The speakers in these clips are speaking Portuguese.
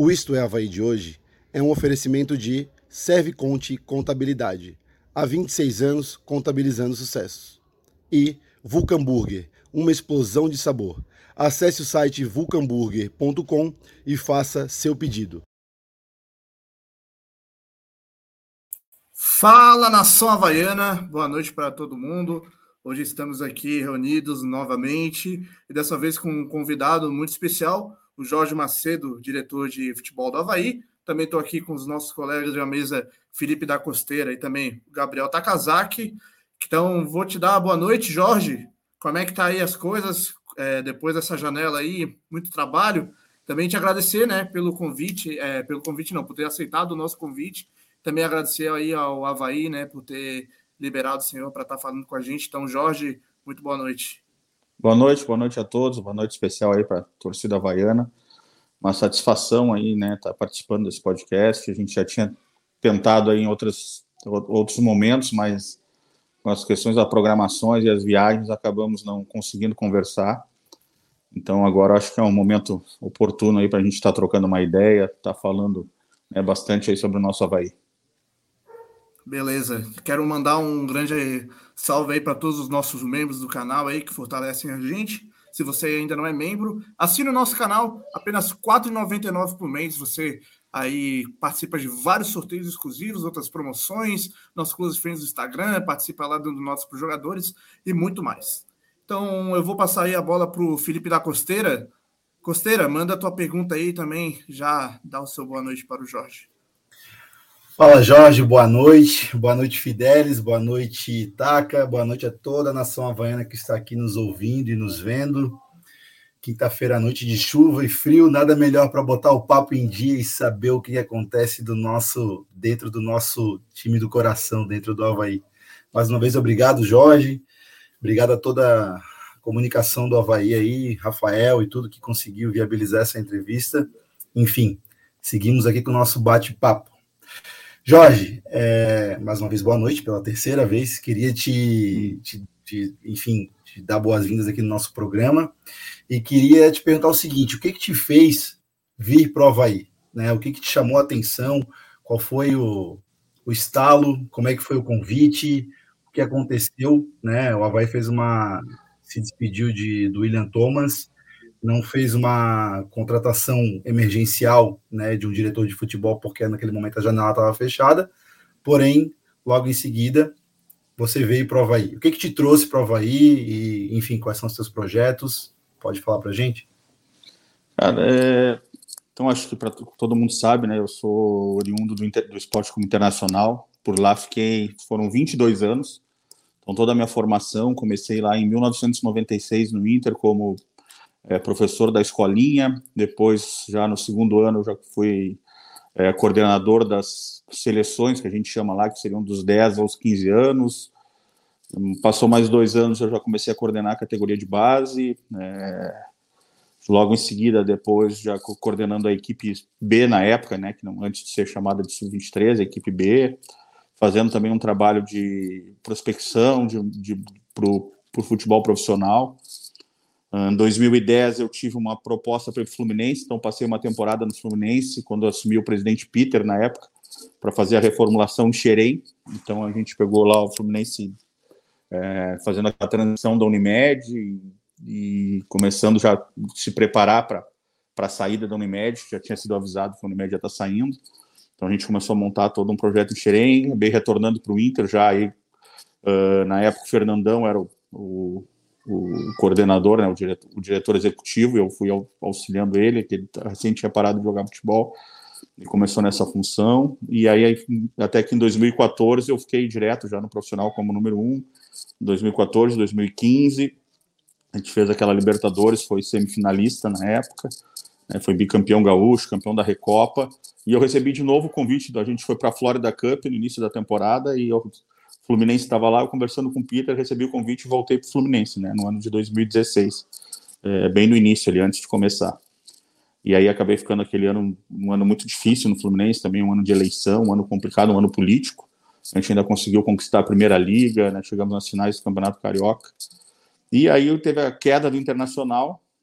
O Isto é Avaí de hoje é um oferecimento de Serviconte Contabilidade. Há 26 anos contabilizando sucessos. E Vulcan Burger, uma explosão de sabor. Acesse o site vulcanburger.com e faça seu pedido. Fala, nação havaiana, boa noite para todo mundo. Hoje estamos aqui reunidos novamente e dessa vez com um convidado muito especial, o Jorge Macedo, diretor de futebol do Avaí. Também estou aqui com os nossos colegas de mesa, Felipe da Costeira e também o Gabriel Takazaki. Então, vou te dar a boa noite, Jorge. Como é que tá aí as coisas depois dessa janela aí? Muito trabalho. Também te agradecer, né, pelo convite, por ter aceitado o nosso convite. Também agradecer aí ao Avaí, né, por ter liberado o senhor para estar falando com a gente. Então, Jorge, muito boa noite. Boa noite a todos, boa noite especial aí para a torcida havaiana. Uma satisfação aí, né, estar participando desse podcast. A gente já tinha tentado aí em outros momentos, mas com as questões da programações e as viagens acabamos não conseguindo conversar. Então agora acho que é um momento oportuno aí para a gente estar trocando uma ideia, estar falando, né, bastante aí sobre o nosso Avaí. Beleza, quero mandar um grande salve aí para todos os nossos membros do canal aí que fortalecem a gente. Se você ainda não é membro, assine o nosso canal, apenas R$ 4,99 por mês. Você aí participa de vários sorteios exclusivos, outras promoções, nossos close friends do Instagram, participa lá dando notas para os jogadores e muito mais. Então eu vou passar aí a bola para o Felipe da Costeira. Costeira, manda a tua pergunta aí também, já dá o seu boa noite para o Jorge. Fala, Jorge, boa noite Fidelis, boa noite Taca, boa noite a toda a nação havaiana que está aqui nos ouvindo e nos vendo. Quinta-feira à noite de chuva e frio, nada melhor para botar o papo em dia e saber o que acontece dentro do nosso time do coração, dentro do Avaí. Mais uma vez, obrigado, Jorge, obrigado a toda a comunicação do Avaí aí, Rafael e tudo que conseguiu viabilizar essa entrevista. Enfim, seguimos aqui com o nosso bate-papo. Jorge, mais uma vez, boa noite pela terceira vez. Queria te dar boas-vindas aqui no nosso programa e queria te perguntar o seguinte: o que te fez vir para o Avaí? Né? O que te chamou a atenção? Qual foi o estalo? Como é que foi o convite? O que aconteceu? Né? O Avaí se despediu do William Thomas, não fez uma contratação emergencial, né, de um diretor de futebol, porque naquele momento a janela estava fechada, porém, logo em seguida, você veio para o Avaí. O que te trouxe para o Avaí e, enfim, quais são os seus projetos? Pode falar para a gente? Cara, então acho que todo mundo sabe, né, eu sou oriundo do Esporte Clube Internacional, por lá foram 22 anos, então toda a minha formação, comecei lá em 1996 no Inter como professor da escolinha, depois já no segundo ano eu já fui coordenador das seleções, que a gente chama lá, que seriam dos 10 aos 15 anos, passou mais 2 anos, eu já comecei a coordenar a categoria de base, logo em seguida, depois já coordenando a equipe B na época, né, que não, antes de ser chamada de Sub-23, a equipe B, fazendo também um trabalho de prospecção para o futebol profissional. Em 2010 eu tive uma proposta para o Fluminense, então passei uma temporada no Fluminense, quando assumi o presidente Peter na época, para fazer a reformulação em Xerém. Então a gente pegou lá o Fluminense fazendo a transição da Unimed e começando já a se preparar para a saída da Unimed, já tinha sido avisado que a Unimed já está saindo. Então a gente começou a montar todo um projeto em Xerém, acabei retornando para o Inter, já aí, na época o Fernandão era o coordenador, né, o diretor executivo, eu fui auxiliando ele, que ele recém tinha parado de jogar futebol, e começou nessa função, e aí até que em 2014 eu fiquei direto já no profissional como número 1, 2014, 2015, a gente fez aquela Libertadores, foi semifinalista na época, né, foi bicampeão gaúcho, campeão da Recopa, e eu recebi de novo o convite, a gente foi para a Florida Cup no início da temporada, e o Fluminense estava lá, eu conversando com o Peter, recebi o convite e voltei para o Fluminense, né, no ano de 2016, bem no início ali, antes de começar. E aí acabei ficando aquele ano, um ano muito difícil no Fluminense, também um ano de eleição, um ano complicado, um ano político. A gente ainda conseguiu conquistar a Primeira Liga, né, chegamos nas finais do Campeonato Carioca. E aí teve a queda do Internacional,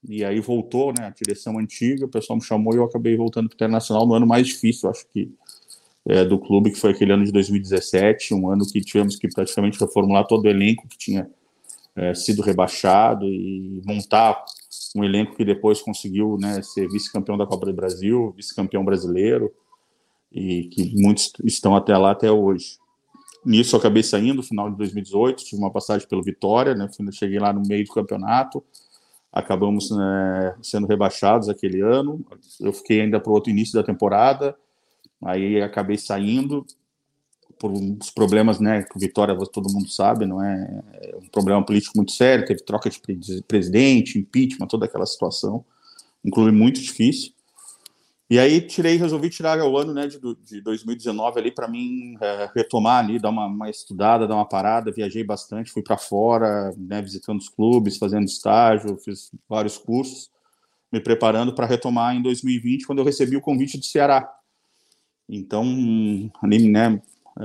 e aí voltou, né, a direção antiga, o pessoal me chamou e eu acabei voltando para o Internacional no ano mais difícil, acho que, do clube, que foi aquele ano de 2017, um ano que tivemos que praticamente reformular todo o elenco que tinha sido rebaixado e montar um elenco que depois conseguiu, né, ser vice-campeão da Copa do Brasil, vice-campeão brasileiro, e que muitos estão até lá até hoje. Nisso eu acabei saindo no final de 2018, tive uma passagem pelo Vitória, né, cheguei lá no meio do campeonato, acabamos, né, sendo rebaixados aquele ano, eu fiquei ainda para o outro início da temporada, aí acabei saindo por uns problemas, né, que o Vitória, todo mundo sabe, não é um problema político muito sério, teve troca de presidente, impeachment, toda aquela situação, um clube muito difícil. E aí resolvi tirar o ano, né, de 2019 ali para mim retomar ali, dar uma estudada, dar uma parada, viajei bastante, fui para fora, né, visitando os clubes, fazendo estágio, fiz vários cursos, me preparando para retomar em 2020, quando eu recebi o convite do Ceará. Então, ali, né,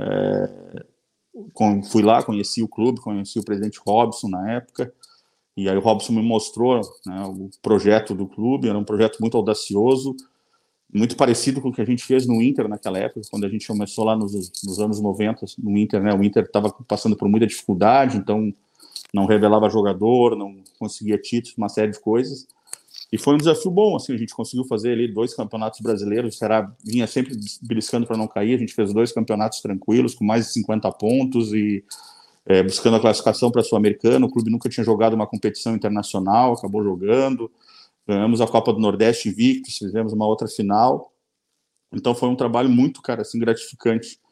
fui lá, conheci o clube, conheci o presidente Robson na época, e aí o Robson me mostrou, né, o projeto do clube, era um projeto muito audacioso, muito parecido com o que a gente fez no Inter naquela época, quando a gente começou lá nos anos 90, no Inter, né, o Inter estava passando por muita dificuldade, então não revelava jogador, não conseguia títulos, uma série de coisas, e foi um desafio bom, assim, a gente conseguiu fazer ali 2 campeonatos brasileiros, o Ceará vinha sempre beliscando para não cair, a gente fez 2 campeonatos tranquilos, com mais de 50 pontos, e buscando a classificação para a Sul-Americana, o clube nunca tinha jogado uma competição internacional, acabou jogando, ganhamos a Copa do Nordeste invictos, fizemos uma outra final, então foi um trabalho muito, cara, assim, gratificante.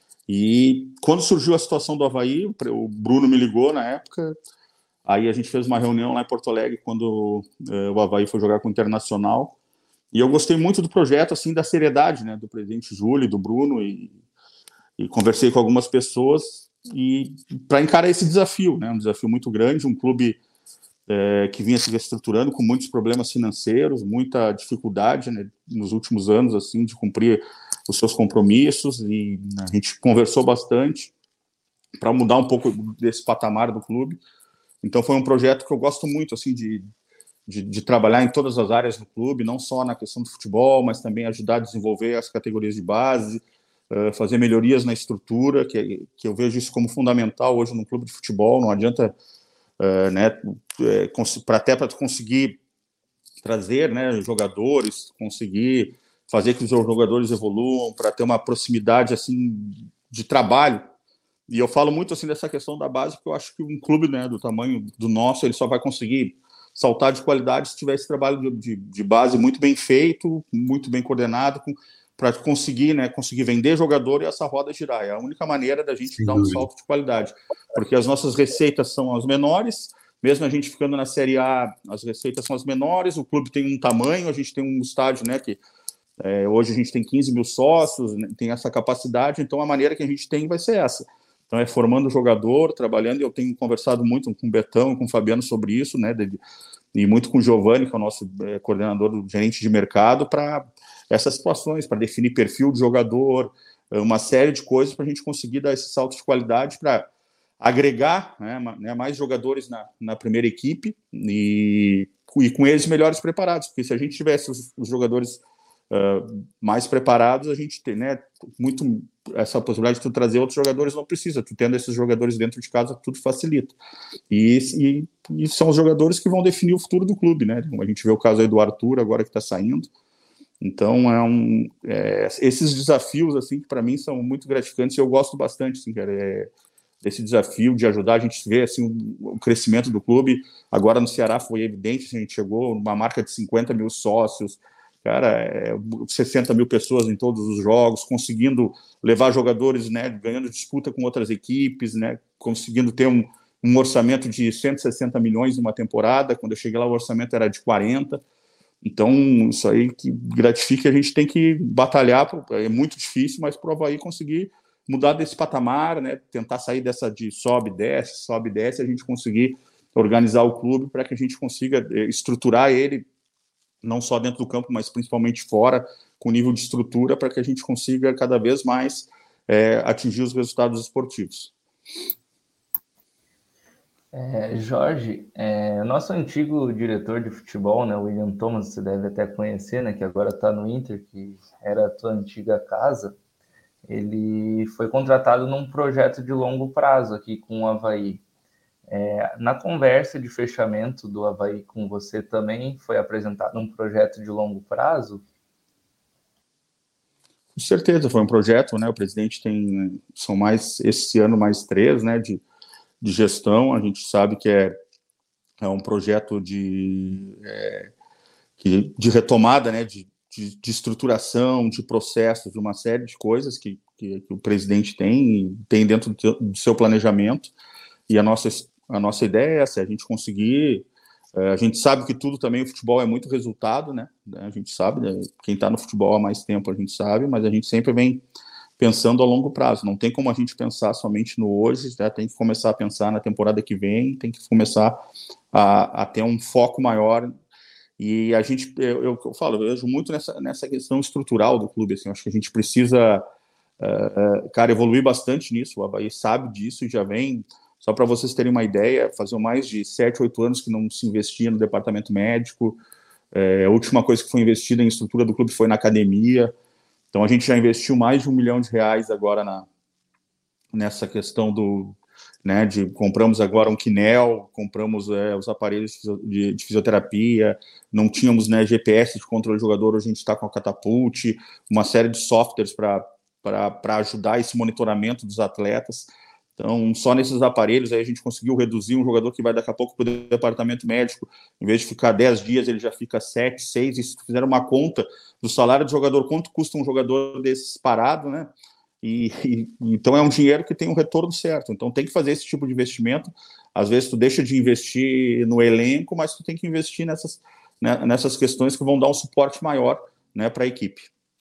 E quando surgiu a situação do Avaí, o Bruno me ligou na época, aí a gente fez uma reunião lá em Porto Alegre quando o Avaí foi jogar com o Internacional, e eu gostei muito do projeto, assim, da seriedade, né, do presidente Júlio, do Bruno, e conversei com algumas pessoas e para encarar esse desafio, né, um desafio muito grande, um clube que vinha se reestruturando com muitos problemas financeiros, muita dificuldade, né, nos últimos anos, assim, de cumprir os seus compromissos, e a gente conversou bastante para mudar um pouco desse patamar do clube. Então foi um projeto que eu gosto muito, assim, de trabalhar em todas as áreas do clube, não só na questão do futebol, mas também ajudar a desenvolver as categorias de base, fazer melhorias na estrutura, que eu vejo isso como fundamental hoje no clube de futebol. Não adianta, né, até para conseguir trazer, né, jogadores, conseguir fazer que os jogadores evoluam, para ter uma proximidade, assim, de trabalho. E eu falo muito, assim, dessa questão da base, porque eu acho que um clube, né, do tamanho do nosso, ele só vai conseguir saltar de qualidade se tiver esse trabalho de base muito bem feito, muito bem coordenado, para conseguir, né, conseguir vender jogador e essa roda girar. É a única maneira da gente dar um salto de qualidade, porque as nossas receitas são as menores, mesmo a gente ficando na Série A, as receitas são as menores, o clube tem um tamanho, a gente tem um estádio, né, que hoje a gente tem 15 mil sócios, né, tem essa capacidade, então a maneira que a gente tem vai ser essa. Então é formando jogador, trabalhando, e eu tenho conversado muito com o Betão e com o Fabiano sobre isso, né, e muito com o Giovanni, que é o nosso coordenador, gerente de mercado, para essas situações, para definir perfil de jogador, uma série de coisas para a gente conseguir dar esse salto de qualidade para agregar, né, mais jogadores na primeira equipe e com eles melhores preparados, porque se a gente tivesse os jogadores mais preparados, a gente tem, né, muito essa possibilidade de tu trazer outros jogadores, não precisa, tu tendo esses jogadores dentro de casa, tudo facilita. E são os jogadores que vão definir o futuro do clube, né? A gente vê o caso aí do Arthur, agora que está saindo. Então, esses desafios, assim, que para mim são muito gratificantes, e eu gosto bastante, assim, cara, desse desafio de ajudar a gente ver, assim, o crescimento do clube. Agora no Ceará foi evidente, a gente chegou numa marca de 50 mil sócios, cara, 60 mil pessoas em todos os jogos, conseguindo levar jogadores, né, ganhando disputa com outras equipes, né, conseguindo ter um orçamento de 160 milhões numa temporada. Quando eu cheguei lá, o orçamento era de 40. Então, isso aí que gratifica, a gente tem que batalhar, é muito difícil, mas para o Avaí conseguir mudar desse patamar, né, tentar sair dessa de sobe, desce, a gente conseguir organizar o clube para que a gente consiga estruturar ele, não só dentro do campo, mas principalmente fora, com nível de estrutura, para que a gente consiga cada vez mais atingir os resultados esportivos. Jorge, nosso antigo diretor de futebol, né, William Thomas, você deve até conhecer, né, que agora está no Inter, que era a tua antiga casa. Ele foi contratado num projeto de longo prazo aqui com o Avaí. Na conversa de fechamento do Avaí com você também foi apresentado um projeto de longo prazo? Com certeza, foi um projeto, né? O presidente são esse ano mais 3, né, de gestão. A gente sabe que é um projeto de retomada, né, de estruturação, de processos, de uma série de coisas que o presidente tem dentro do seu planejamento. E a nossa ideia é essa, a gente conseguir. A gente sabe que tudo também, o futebol é muito resultado, né? A gente sabe, né? Quem está no futebol há mais tempo a gente sabe, mas a gente sempre vem pensando a longo prazo. Não tem como a gente pensar somente no hoje, né? Tem que começar a pensar na temporada que vem, tem que começar a ter um foco maior. E a gente, eu vejo muito nessa questão estrutural do clube. Assim, eu acho que a gente precisa, cara, evoluir bastante nisso. O Avaí sabe disso e já vem. Só para vocês terem uma ideia, fazem mais de 7, 8 anos que não se investia no departamento médico. A última coisa que foi investida em estrutura do clube foi na academia. Então, a gente já investiu mais de R$1 milhão agora nessa questão compramos agora um Quinel, compramos os aparelhos de fisioterapia, não tínhamos, né, GPS de controle de jogador, hoje a gente está com a Catapult, uma série de softwares para ajudar esse monitoramento dos atletas. Então, só nesses aparelhos aí a gente conseguiu reduzir um jogador que vai daqui a pouco para o departamento médico, em vez de ficar 10 dias, ele já fica 7, 6, e se fizeram uma conta do salário do jogador, quanto custa um jogador desses parado, né? Então é um dinheiro que tem um retorno certo. Então tem que fazer esse tipo de investimento. Às vezes tu deixa de investir no elenco, mas tu tem que investir nessas questões que vão dar um suporte maior, né, para a equipe.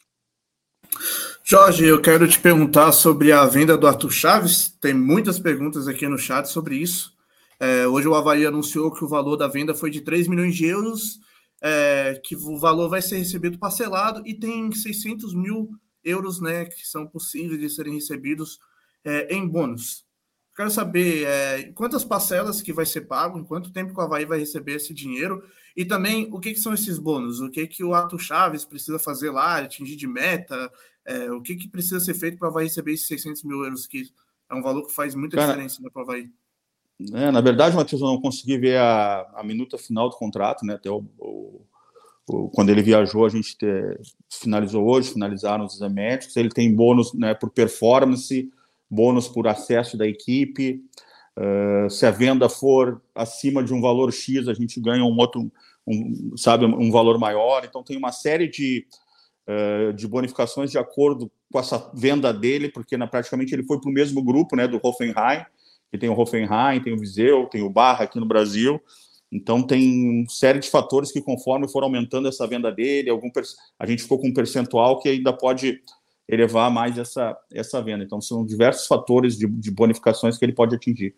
Jorge, eu quero te perguntar sobre a venda do Arthur Chaves. Tem muitas perguntas aqui no chat sobre isso. Hoje o Avaí anunciou que o valor da venda foi de 3 milhões de euros, que o valor vai ser recebido parcelado e tem 600 mil euros, né, que são possíveis de serem recebidos em bônus. Quero saber quantas parcelas que vai ser pago, em quanto tempo que o Avaí vai receber esse dinheiro, e também o que são esses bônus, o que o Arthur Chaves precisa fazer lá, atingir de meta, o que precisa ser feito para o Avaí receber esses 600 mil euros, que é um valor que faz muita diferença, né, para o Avaí. Na verdade, Matheus, eu não consegui ver a minuta final do contrato, né, até quando ele viajou, a gente finalizaram os exames médicos. Ele tem bônus, né, por performance, bônus por acesso da equipe. Se a venda for acima de um valor X, a gente ganha um valor maior. Então tem uma série de bonificações de acordo com essa venda dele, porque praticamente ele foi para o mesmo grupo, né, do Hoffenheim, que tem o Hoffenheim, tem o Viseu, tem o Barra aqui no Brasil. Então, tem uma série de fatores que, conforme for aumentando essa venda dele, a gente ficou com um percentual que ainda pode elevar mais essa venda. Então, são diversos fatores de bonificações que ele pode atingir.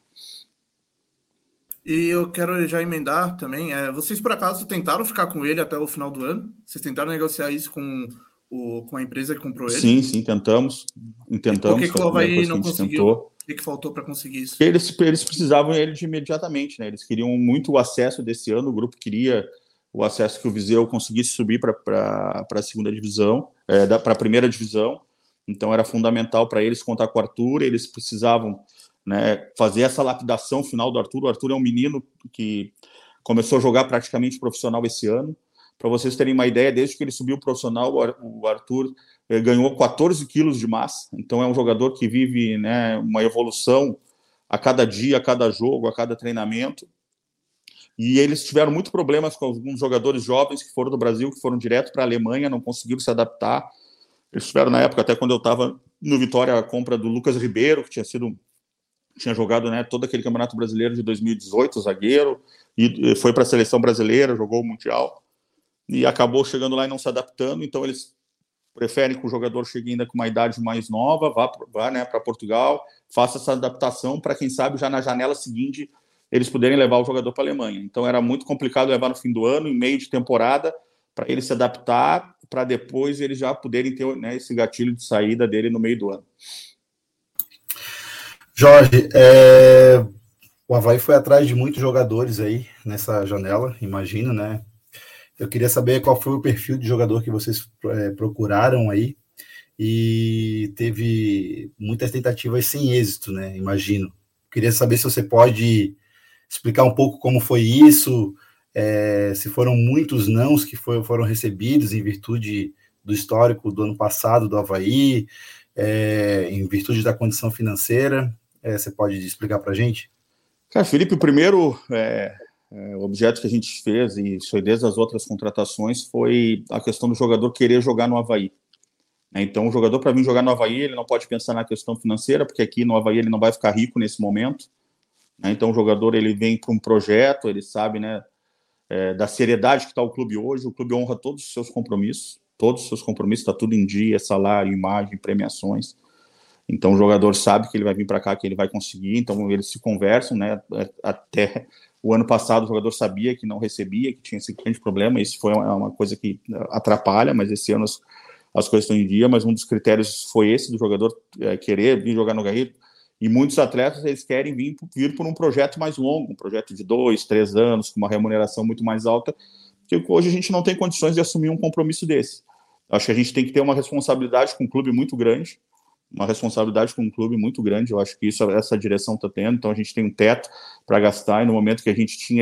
E eu quero já emendar também, vocês, por acaso, tentaram ficar com ele até o final do ano? Vocês tentaram negociar isso com a empresa que comprou ele? Sim, tentamos. Por que o Avaí não conseguiu? O que faltou para conseguir isso? Eles precisavam ele de imediatamente, né? Eles queriam muito o acesso desse ano, o grupo queria o acesso que o Viseu conseguisse subir para a segunda divisão, para a primeira divisão. Então era fundamental para eles contar com o Arthur, eles precisavam, né, fazer essa lapidação final do Arthur. O Arthur é um menino que começou a jogar praticamente profissional esse ano. Para vocês terem uma ideia, desde que ele subiu profissional, o Arthur ganhou 14 quilos de massa. Então é um jogador que vive, né, uma evolução a cada dia, a cada jogo, a cada treinamento. E eles tiveram muitos problemas com alguns jogadores jovens que foram do Brasil, que foram direto para a Alemanha, não conseguiram se adaptar. Eles tiveram, na época, até quando eu estava no Vitória, a compra do Lucas Ribeiro, que tinha jogado, né, todo aquele Campeonato Brasileiro de 2018, zagueiro, e foi para a seleção brasileira, jogou o Mundial, e acabou chegando lá e não se adaptando. Então eles preferem que o jogador chegue ainda com uma idade mais nova, vá, né, para Portugal, faça essa adaptação para, quem sabe, já na janela seguinte eles poderem levar o jogador para a Alemanha. Então era muito complicado levar no fim do ano, em meio de temporada, para ele se adaptar, para depois eles já poderem ter, né, esse gatilho de saída dele no meio do ano. Jorge, O Avaí foi atrás de muitos jogadores aí nessa janela, imagino, né? Eu queria saber qual foi o perfil de jogador que vocês procuraram aí, e teve muitas tentativas sem êxito, né? Imagino. Queria saber se você pode explicar um pouco como foi isso, se foram muitos nãos que foram recebidos em virtude do histórico do ano passado do Avaí, em virtude da condição financeira. Você pode explicar para a gente? Cara, Felipe, o primeiro objeto que a gente fez, e foi desde as outras contratações, foi a questão do jogador querer jogar no Avaí. Então, o jogador, para vir jogar no Avaí, ele não pode pensar na questão financeira, porque aqui no Avaí ele não vai ficar rico nesse momento. Então, o jogador ele vem para um projeto, ele sabe, né, da seriedade que está o clube hoje. O clube honra todos os seus compromissos, está tudo em dia, salário, imagem, premiações. Então, o jogador sabe que ele vai vir para cá, que ele vai conseguir. Então, eles se conversam, né? Até o ano passado, o jogador sabia que não recebia, que tinha esse grande problema. Isso foi uma coisa que atrapalha, mas esse ano as coisas estão em dia. Mas um dos critérios foi esse, do jogador querer vir jogar no Avaí. E muitos atletas, eles querem vir por um projeto mais longo, um projeto de 2, 3 anos, com uma remuneração muito mais alta, porque hoje a gente não tem condições de assumir um compromisso desse. Acho que a gente tem que ter uma responsabilidade com um clube muito grande, eu acho que essa direção está tendo. Então a gente tem um teto para gastar, e no momento que a gente tinha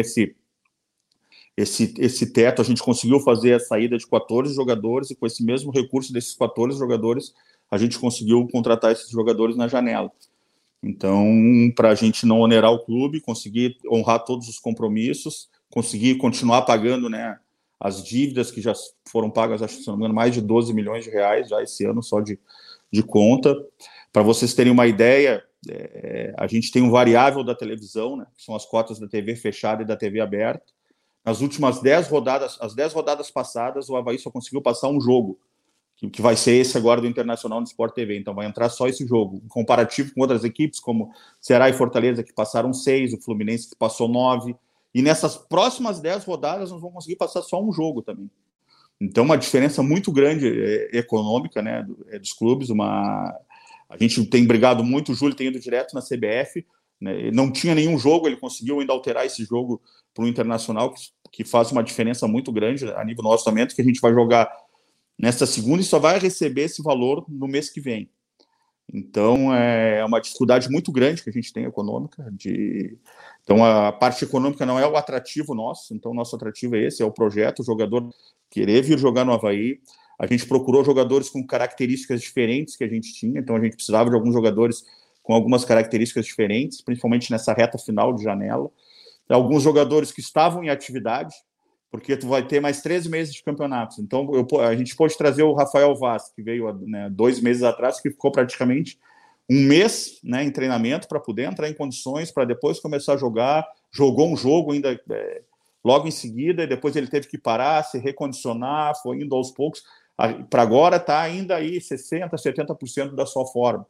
esse teto, a gente conseguiu fazer a saída de 14 jogadores, e com esse mesmo recurso desses 14 jogadores, a gente conseguiu contratar esses jogadores na janela. Então, para a gente não onerar o clube, conseguir honrar todos os compromissos, conseguir continuar pagando, né, as dívidas que já foram pagas, acho que, se não me engano, mais de 12 milhões de reais já esse ano, só de conta. Para vocês terem uma ideia, a gente tem um variável da televisão, né, que são as cotas da TV fechada e da TV aberta. Nas últimas 10 rodadas, as 10 rodadas passadas, o Avaí só conseguiu passar um jogo, que vai ser esse agora do Internacional no Sport TV. Então vai entrar só esse jogo, em comparativo com outras equipes, como Ceará e Fortaleza, que passaram 6, o Fluminense, que passou 9, e nessas próximas 10 rodadas nós vamos conseguir passar só um jogo também. Então, uma diferença muito grande econômica, né, dos clubes. A gente tem brigado muito, o Júlio tem ido direto na CBF, né, não tinha nenhum jogo, ele conseguiu ainda alterar esse jogo para o Internacional, que faz uma diferença muito grande a nível do nosso orçamento, que a gente vai jogar nesta segunda e só vai receber esse valor no mês que vem. Então, é uma dificuldade muito grande que a gente tem econômica. Então, a parte econômica não é o atrativo nosso. Então, o nosso atrativo é esse, é o projeto, o jogador querer vir jogar no Avaí. A gente procurou jogadores com características diferentes que a gente tinha. Então, a gente precisava de alguns jogadores com algumas características diferentes, principalmente nessa reta final de janela. Alguns jogadores que estavam em atividade, porque tu vai ter mais 13 meses de campeonatos. Então, a gente pôde trazer o Rafael Vaz, que veio 2 meses atrás, que ficou praticamente um mês, né, em treinamento para poder entrar em condições para depois começar a jogar. Jogou um jogo ainda logo em seguida, e depois ele teve que parar, se recondicionar, foi indo aos poucos. Para agora está ainda aí 60%, 70% da sua forma.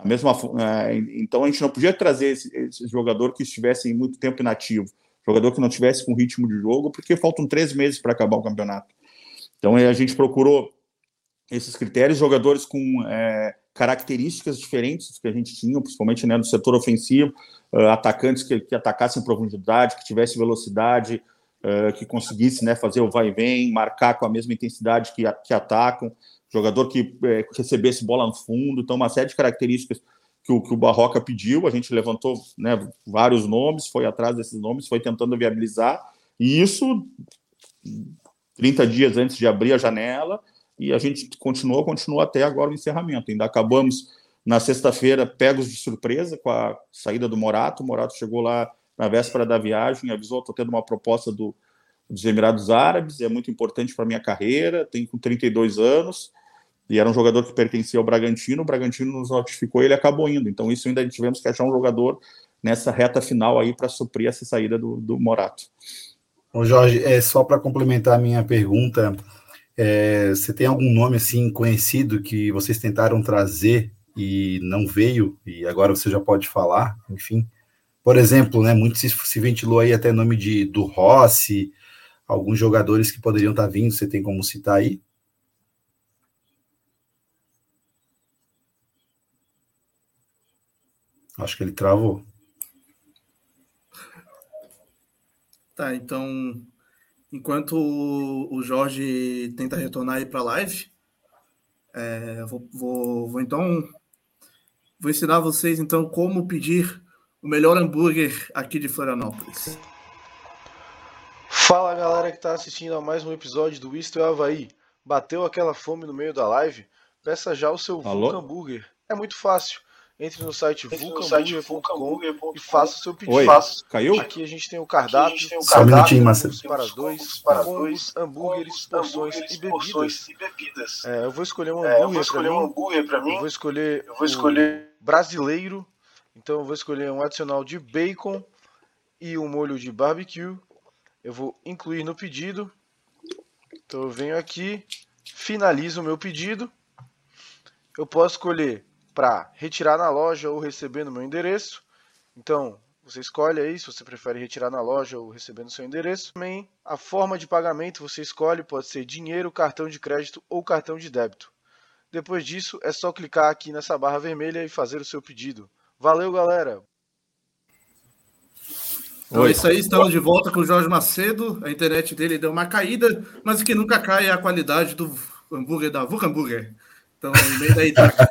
Então, a gente não podia trazer esse jogador que estivesse muito tempo inativo, jogador que não tivesse com ritmo de jogo, porque faltam 3 meses para acabar o campeonato. Então, a gente procurou esses critérios, jogadores com características diferentes que a gente tinha, principalmente, né, no setor ofensivo, atacantes que atacassem em profundidade, que tivessem velocidade, que conseguissem, né, fazer o vai e vem, marcar com a mesma intensidade que atacam, jogador que recebesse bola no fundo. Então, uma série de características que o Barroca pediu. A gente levantou, né, vários nomes, foi atrás desses nomes, foi tentando viabilizar, e isso 30 dias antes de abrir a janela, e a gente continua até agora o encerramento. Ainda acabamos na sexta-feira pegos de surpresa com a saída do Morato. O Morato chegou lá na véspera da viagem, avisou: estou tendo uma proposta dos Emirados Árabes, é muito importante para a minha carreira, tenho com 32 anos, e era um jogador que pertencia ao Bragantino. O Bragantino nos notificou e ele acabou indo. Então, isso ainda tivemos que achar um jogador nessa reta final aí para suprir essa saída do Morato. Ô Jorge, só para complementar a minha pergunta, você tem algum nome assim conhecido que vocês tentaram trazer e não veio, e agora você já pode falar, enfim? Por exemplo, né, muito se ventilou aí até nome do Rossi, alguns jogadores que poderiam estar vindo, você tem como citar aí? Acho que ele travou. Tá, então, enquanto o Jorge tenta retornar aí para a live, vou ensinar vocês então como pedir o melhor hambúrguer aqui de Florianópolis. Fala galera que está assistindo a mais um episódio do Isto é Havaí. Bateu aquela fome no meio da live? Peça já o seu Vulcan Hambúrguer. É muito fácil. Entre no site vulcanburger.com e faça o seu pedido. Oi, caiu? Aqui a gente tem o cardápio, Só um minutinho, Marcelo. para dois, combos, hambúrgueres, porções e bebidas. Eu vou escolher um hambúrguer para mim. Eu vou escolher o brasileiro. Então eu vou escolher um adicional de bacon e um molho de barbecue. Eu vou incluir no pedido. Então eu venho aqui, finalizo o meu pedido. Eu posso escolher para retirar na loja ou receber no meu endereço. Então, você escolhe aí se você prefere retirar na loja ou receber no seu endereço. Também a forma de pagamento você escolhe, pode ser dinheiro, cartão de crédito ou cartão de débito. Depois disso, é só clicar aqui nessa barra vermelha e fazer o seu pedido. Valeu, galera! Então é isso aí, estamos de volta com o Jorge Macedo. A internet dele deu uma caída, mas o que nunca cai é a qualidade do hambúrguer da Vulcan Burger. Então, emenda aí, tá?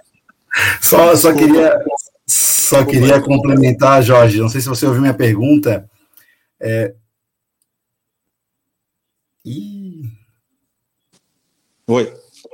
Só queria complementar, Jorge. Não sei se você ouviu minha pergunta. Oi.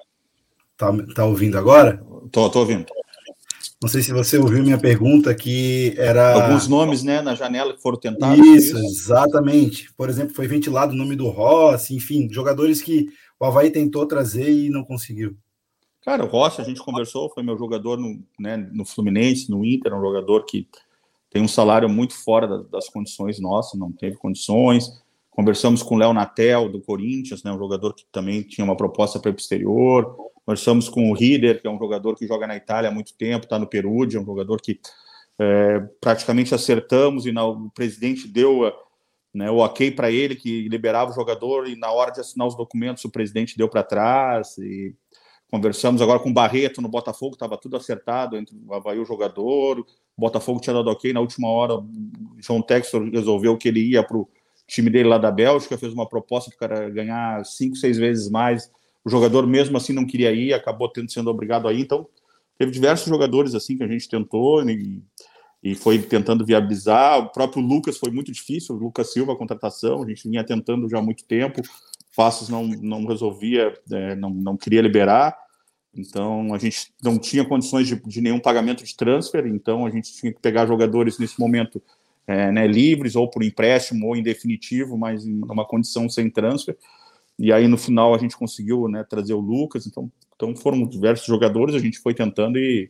Tá ouvindo agora? Tô ouvindo. Não sei se você ouviu minha pergunta, que era... Alguns nomes, né, na janela que foram tentados. Isso, exatamente. Por exemplo, foi ventilado o nome do Rossi, enfim, jogadores que o Avaí tentou trazer e não conseguiu. Cara, o Rossi, a gente conversou, foi meu jogador no Fluminense, no Inter, um jogador que tem um salário muito fora das condições nossas, não teve condições. Conversamos com o Léo Natel, do Corinthians, né, um jogador que também tinha uma proposta para ir para o exterior. Conversamos com o Rieder, que é um jogador que joga na Itália há muito tempo, está no Perugia, é um jogador que praticamente acertamos e o presidente deu o ok para ele, que liberava o jogador, e na hora de assinar os documentos o presidente deu para trás. E conversamos agora com o Barreto no Botafogo, estava tudo acertado entre o Avaí e o jogador. O Botafogo tinha dado ok, na última hora o João Textor resolveu que ele ia para o time dele lá da Bélgica, fez uma proposta para o cara ganhar 5, 6 vezes mais. O jogador mesmo assim não queria ir, acabou sendo obrigado a ir. Então teve diversos jogadores assim que a gente tentou e foi tentando viabilizar. O próprio Lucas foi muito difícil, o Lucas Silva, a contratação, a gente vinha tentando já há muito tempo. Passos não resolvia, não queria liberar. Então a gente não tinha condições de nenhum pagamento de transfer, então a gente tinha que pegar jogadores nesse momento livres, ou por empréstimo, ou em definitivo, mas em uma condição sem transfer. E aí no final a gente conseguiu trazer o Lucas. Então foram diversos jogadores, a gente foi tentando e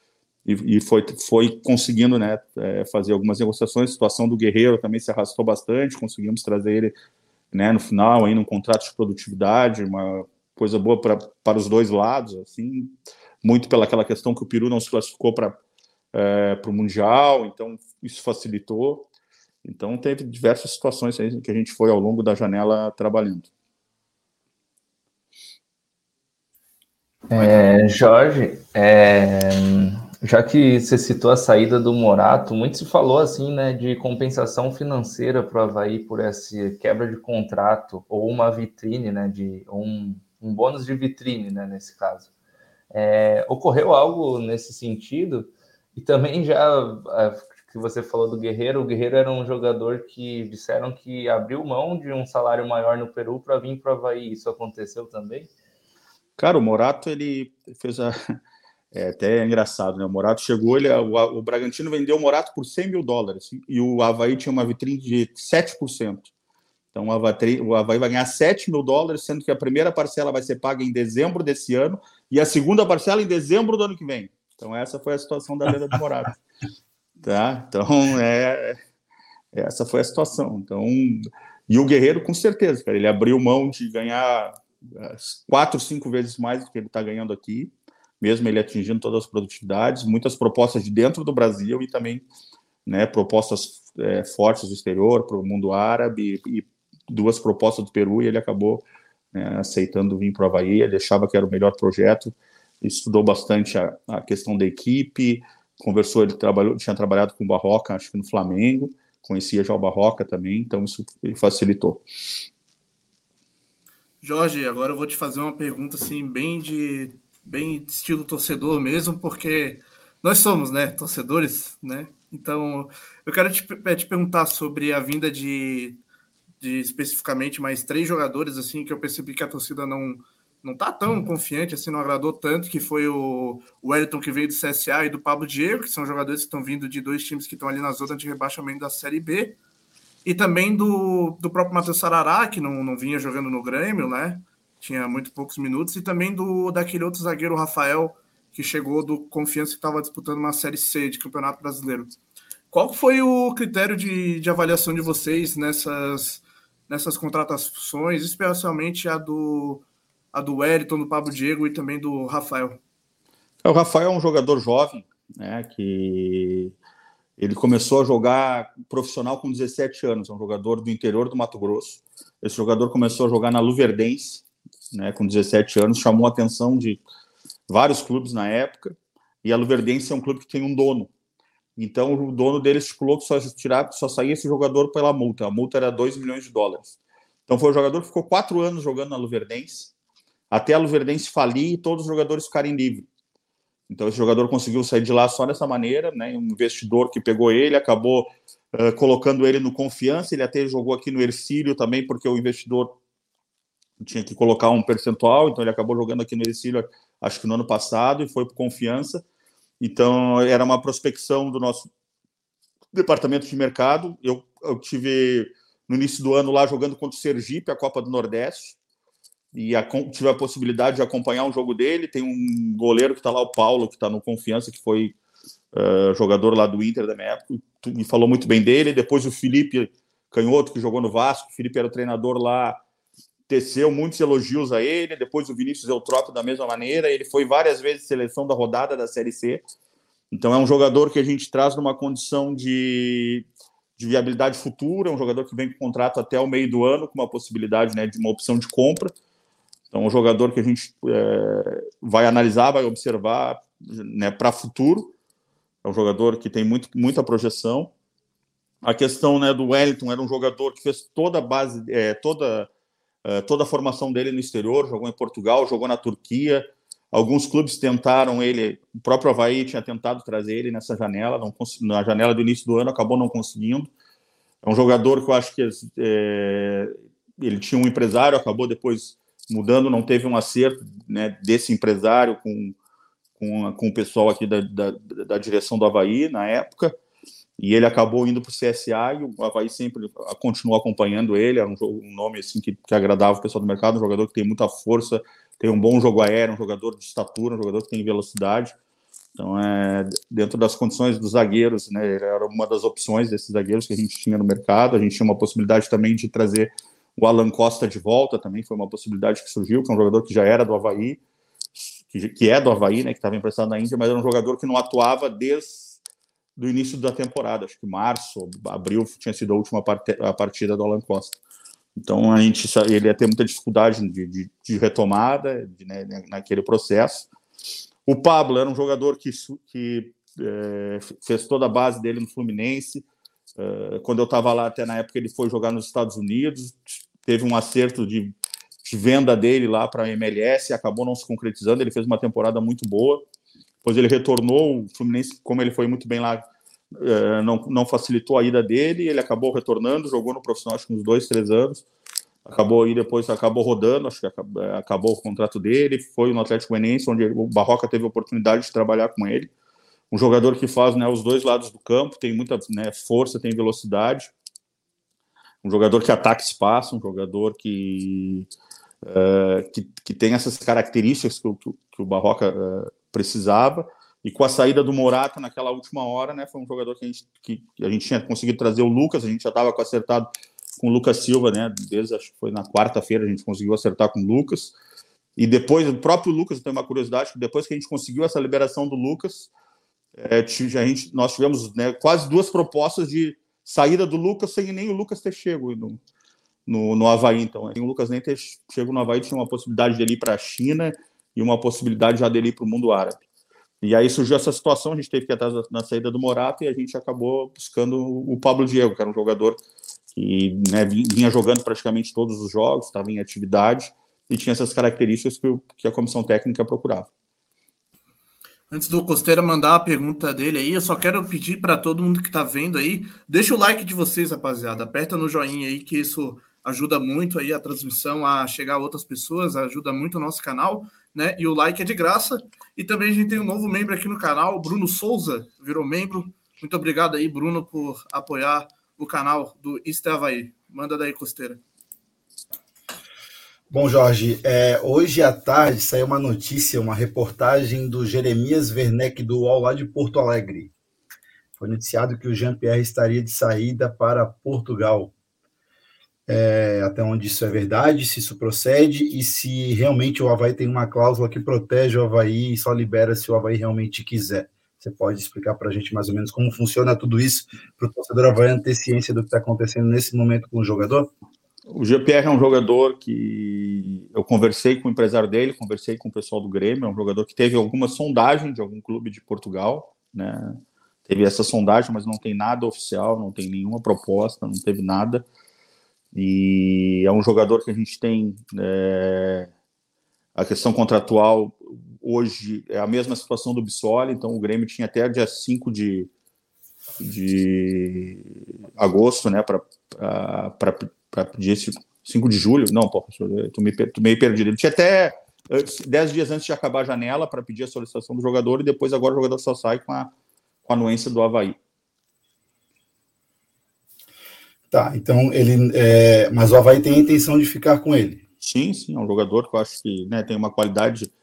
foi conseguindo fazer algumas negociações. A situação do Guerreiro também se arrastou bastante, conseguimos trazer ele no final aí num contrato de produtividade, uma coisa boa para os dois lados, assim, muito pelaquela questão que o Peru não se classificou para o Mundial, então isso facilitou. Então teve diversas situações aí que a gente foi ao longo da janela trabalhando. Jorge, já que você citou a saída do Morato, muito se falou assim, de compensação financeira para o Avaí por essa quebra de contrato, ou uma vitrine, um bônus de vitrine, nesse caso. Ocorreu algo nesse sentido? E também já que você falou do Guerreiro, o Guerreiro era um jogador que disseram que abriu mão de um salário maior no Peru para vir para o Avaí. Isso aconteceu também? Cara, o Morato, ele fez até engraçado, né? O Morato chegou, o Bragantino vendeu o Morato por $100 mil, e o Avaí tinha uma vitrine de 7%. Então o Avaí vai ganhar $7 mil, sendo que a primeira parcela vai ser paga em dezembro desse ano, e a segunda parcela em dezembro do ano que vem. Então essa foi a situação da venda do Morato. Tá? Então essa foi a situação. Então, e o Guerreiro, com certeza, cara, ele abriu mão de ganhar 4, 5 vezes mais do que ele está ganhando aqui, mesmo ele atingindo todas as produtividades, muitas propostas de dentro do Brasil e também propostas fortes do exterior, para o mundo árabe, e 2 propostas do Peru, e ele acabou aceitando vir para o Avaí. Ele achava que era o melhor projeto, estudou bastante a questão da equipe, conversou, ele tinha trabalhado com o Barroca, acho que no Flamengo, conhecia já o Barroca também, então isso facilitou. Jorge, agora eu vou te fazer uma pergunta assim, bem de estilo torcedor mesmo, porque nós somos, né, torcedores, né? Então, eu quero te perguntar sobre a vinda de especificamente mais 3 jogadores, assim, que eu percebi que a torcida não tá tão confiante, assim, não agradou tanto, que foi o Wellington, que veio do CSA, e do Pablo Diego, que são jogadores que estão vindo de 2 times que estão ali na zona de rebaixamento da Série B, e também do próprio Matheus Sarará, que não vinha jogando no Grêmio, né? Tinha muito poucos minutos, e também daquele outro zagueiro, o Rafael, que chegou do Confiança, que estava disputando uma Série C de Campeonato Brasileiro. Qual foi o critério de avaliação de vocês nessas contratações, especialmente a do Wellington, do Pablo Diego e também do Rafael? O Rafael é um jogador jovem, né, que ele começou a jogar profissional com 17 anos, é um jogador do interior do Mato Grosso. Esse jogador começou a jogar na Luverdense, né, com 17 anos, chamou a atenção de vários clubes na época, e a Luverdense é um clube que tem um dono. Então, o dono dele estipulou que só saía esse jogador pela multa. A multa era $2 milhões. Então, foi um jogador que ficou 4 anos jogando na Luverdense, até a Luverdense falir e todos os jogadores ficarem livres. Então, esse jogador conseguiu sair de lá só dessa maneira, né? Um investidor que pegou ele, acabou colocando ele no Confiança. Ele até jogou aqui no Hercílio também, porque o investidor tinha que colocar um percentual, então ele acabou jogando aqui no Hercílio, acho que no ano passado, e foi para o Confiança. Então, era uma prospecção do nosso departamento de mercado. Eu tive, no início do ano, lá jogando contra o Sergipe, a Copa do Nordeste, e tive a possibilidade de acompanhar um jogo dele. Tem um goleiro que está lá, o Paulo, que está no Confiança, que foi jogador lá do Inter da minha época, e falou muito bem dele. Depois o Felipe Canhoto, que jogou no Vasco, o Felipe era o treinador lá, teceu muitos elogios a ele. Depois o Vinícius Eutrópio da mesma maneira. Ele foi várias vezes seleção da rodada da Série C. Então é um jogador que a gente traz numa condição de viabilidade futura, é um jogador que vem com contrato até o meio do ano, com uma possibilidade, né, de uma opção de compra. Então é um jogador que a gente vai analisar, vai observar, né, para futuro. É um jogador que tem muita projeção. A questão, né, do Wellington, era um jogador que fez toda a base, toda a formação dele no exterior, jogou em Portugal, jogou na Turquia. Alguns clubes tentaram ele, o próprio Avaí tinha tentado trazer ele nessa janela, na janela do início do ano, acabou não conseguindo. É um jogador que eu acho que ele tinha um empresário, acabou depois mudando, não teve um acerto, né, desse empresário com o pessoal aqui da direção do Avaí na época, e ele acabou indo para o CSA, e o Avaí sempre continuou acompanhando ele. Era um nome assim, que agradava o pessoal do mercado, um jogador que tem muita força, tem um bom jogo aéreo, um jogador de estatura, um jogador que tem velocidade. Então, dentro das condições dos zagueiros, né, ele era uma das opções desses zagueiros que a gente tinha no mercado. A gente tinha uma possibilidade também de trazer o Alan Costa de volta, também foi uma possibilidade que surgiu, que é um jogador que já era do Avaí, que é do Avaí, né, que estava emprestado na Índia, mas era um jogador que não atuava desde do início da temporada. Acho que março, abril tinha sido a última partida do Alan Costa. Então ele ia ter muita dificuldade de retomada, né, naquele processo. O Pablo era um jogador que fez toda a base dele no Fluminense. Quando eu estava lá, até na época, ele foi jogar nos Estados Unidos, teve um acerto de venda dele lá para a MLS, acabou não se concretizando. Ele fez uma temporada muito boa. Depois ele retornou. O Fluminense, como ele foi muito bem lá, não facilitou a ida dele. Ele acabou retornando, jogou no profissional acho que uns 2-3 anos, depois acabou rodando, acho que acabou o contrato dele, foi no Atlético Goianiense, onde o Barroca teve a oportunidade de trabalhar com ele. Um jogador que faz, né, os dois lados do campo, tem muita, né, força, tem velocidade, um jogador que ataca espaço, um jogador que tem essas características que o Barroca precisava. E com a saída do Morata naquela última hora, né, foi um jogador que a gente tinha conseguido trazer o Lucas. A gente já estava acertado com o Lucas Silva, né, desde acho que foi na quarta-feira a gente conseguiu acertar com o Lucas. E depois, o próprio Lucas, eu tenho uma curiosidade, que depois que a gente conseguiu essa liberação do Lucas, nós tivemos, né, quase 2 propostas de saída do Lucas sem nem o Lucas ter chego no Avaí. Então, o Lucas nem ter chego no Avaí, tinha uma possibilidade dele ir para a China e uma possibilidade já dele ir para o mundo árabe. E aí surgiu essa situação, a gente teve que ir atrás na saída do Morato e a gente acabou buscando o Pablo Diego, que era um jogador que, né, vinha jogando praticamente todos os jogos, estava em atividade e tinha essas características que a comissão técnica procurava. Antes do Costeira mandar a pergunta dele aí, eu só quero pedir para todo mundo que está vendo aí, deixa o like de vocês, rapaziada. Aperta no joinha aí, que isso ajuda muito aí a transmissão a chegar a outras pessoas, ajuda muito o nosso canal, né? E o like é de graça. E também a gente tem um novo membro aqui no canal, Bruno Souza, virou membro. Muito obrigado aí, Bruno, por apoiar o canal do Isto é Avaí. Manda daí, Costeira. Bom, Jorge, hoje à tarde saiu uma notícia, uma reportagem do Jeremias Werneck, do UOL lá de Porto Alegre. Foi noticiado que o Jean-Pierre estaria de saída para Portugal. Até onde isso é verdade, se isso procede e se realmente o Avaí tem uma cláusula que protege o Avaí e só libera se o Avaí realmente quiser. Você pode explicar para a gente mais ou menos como funciona tudo isso para o torcedor havaiano ter ciência do que está acontecendo nesse momento com o jogador? O Jean-Pierre é um jogador que eu conversei com o empresário dele, conversei com o pessoal do Grêmio, é um jogador que teve alguma sondagem de algum clube de Portugal, né? Teve essa sondagem, mas não tem nada oficial, não tem nenhuma proposta, não teve nada. E é um jogador que a gente tem a questão contratual hoje é a mesma situação do Bissoli, então o Grêmio tinha até dia 5 de agosto, né, para pedir esse 5 de julho, não, pô, tô meio perdido. Ele tinha até 10 dias antes de acabar a janela para pedir a solicitação do jogador e depois agora o jogador só sai com a anuência do Avaí. Tá, então mas o Avaí tem a intenção de ficar com ele. Sim, é um jogador que eu acho que, né, tem uma qualidade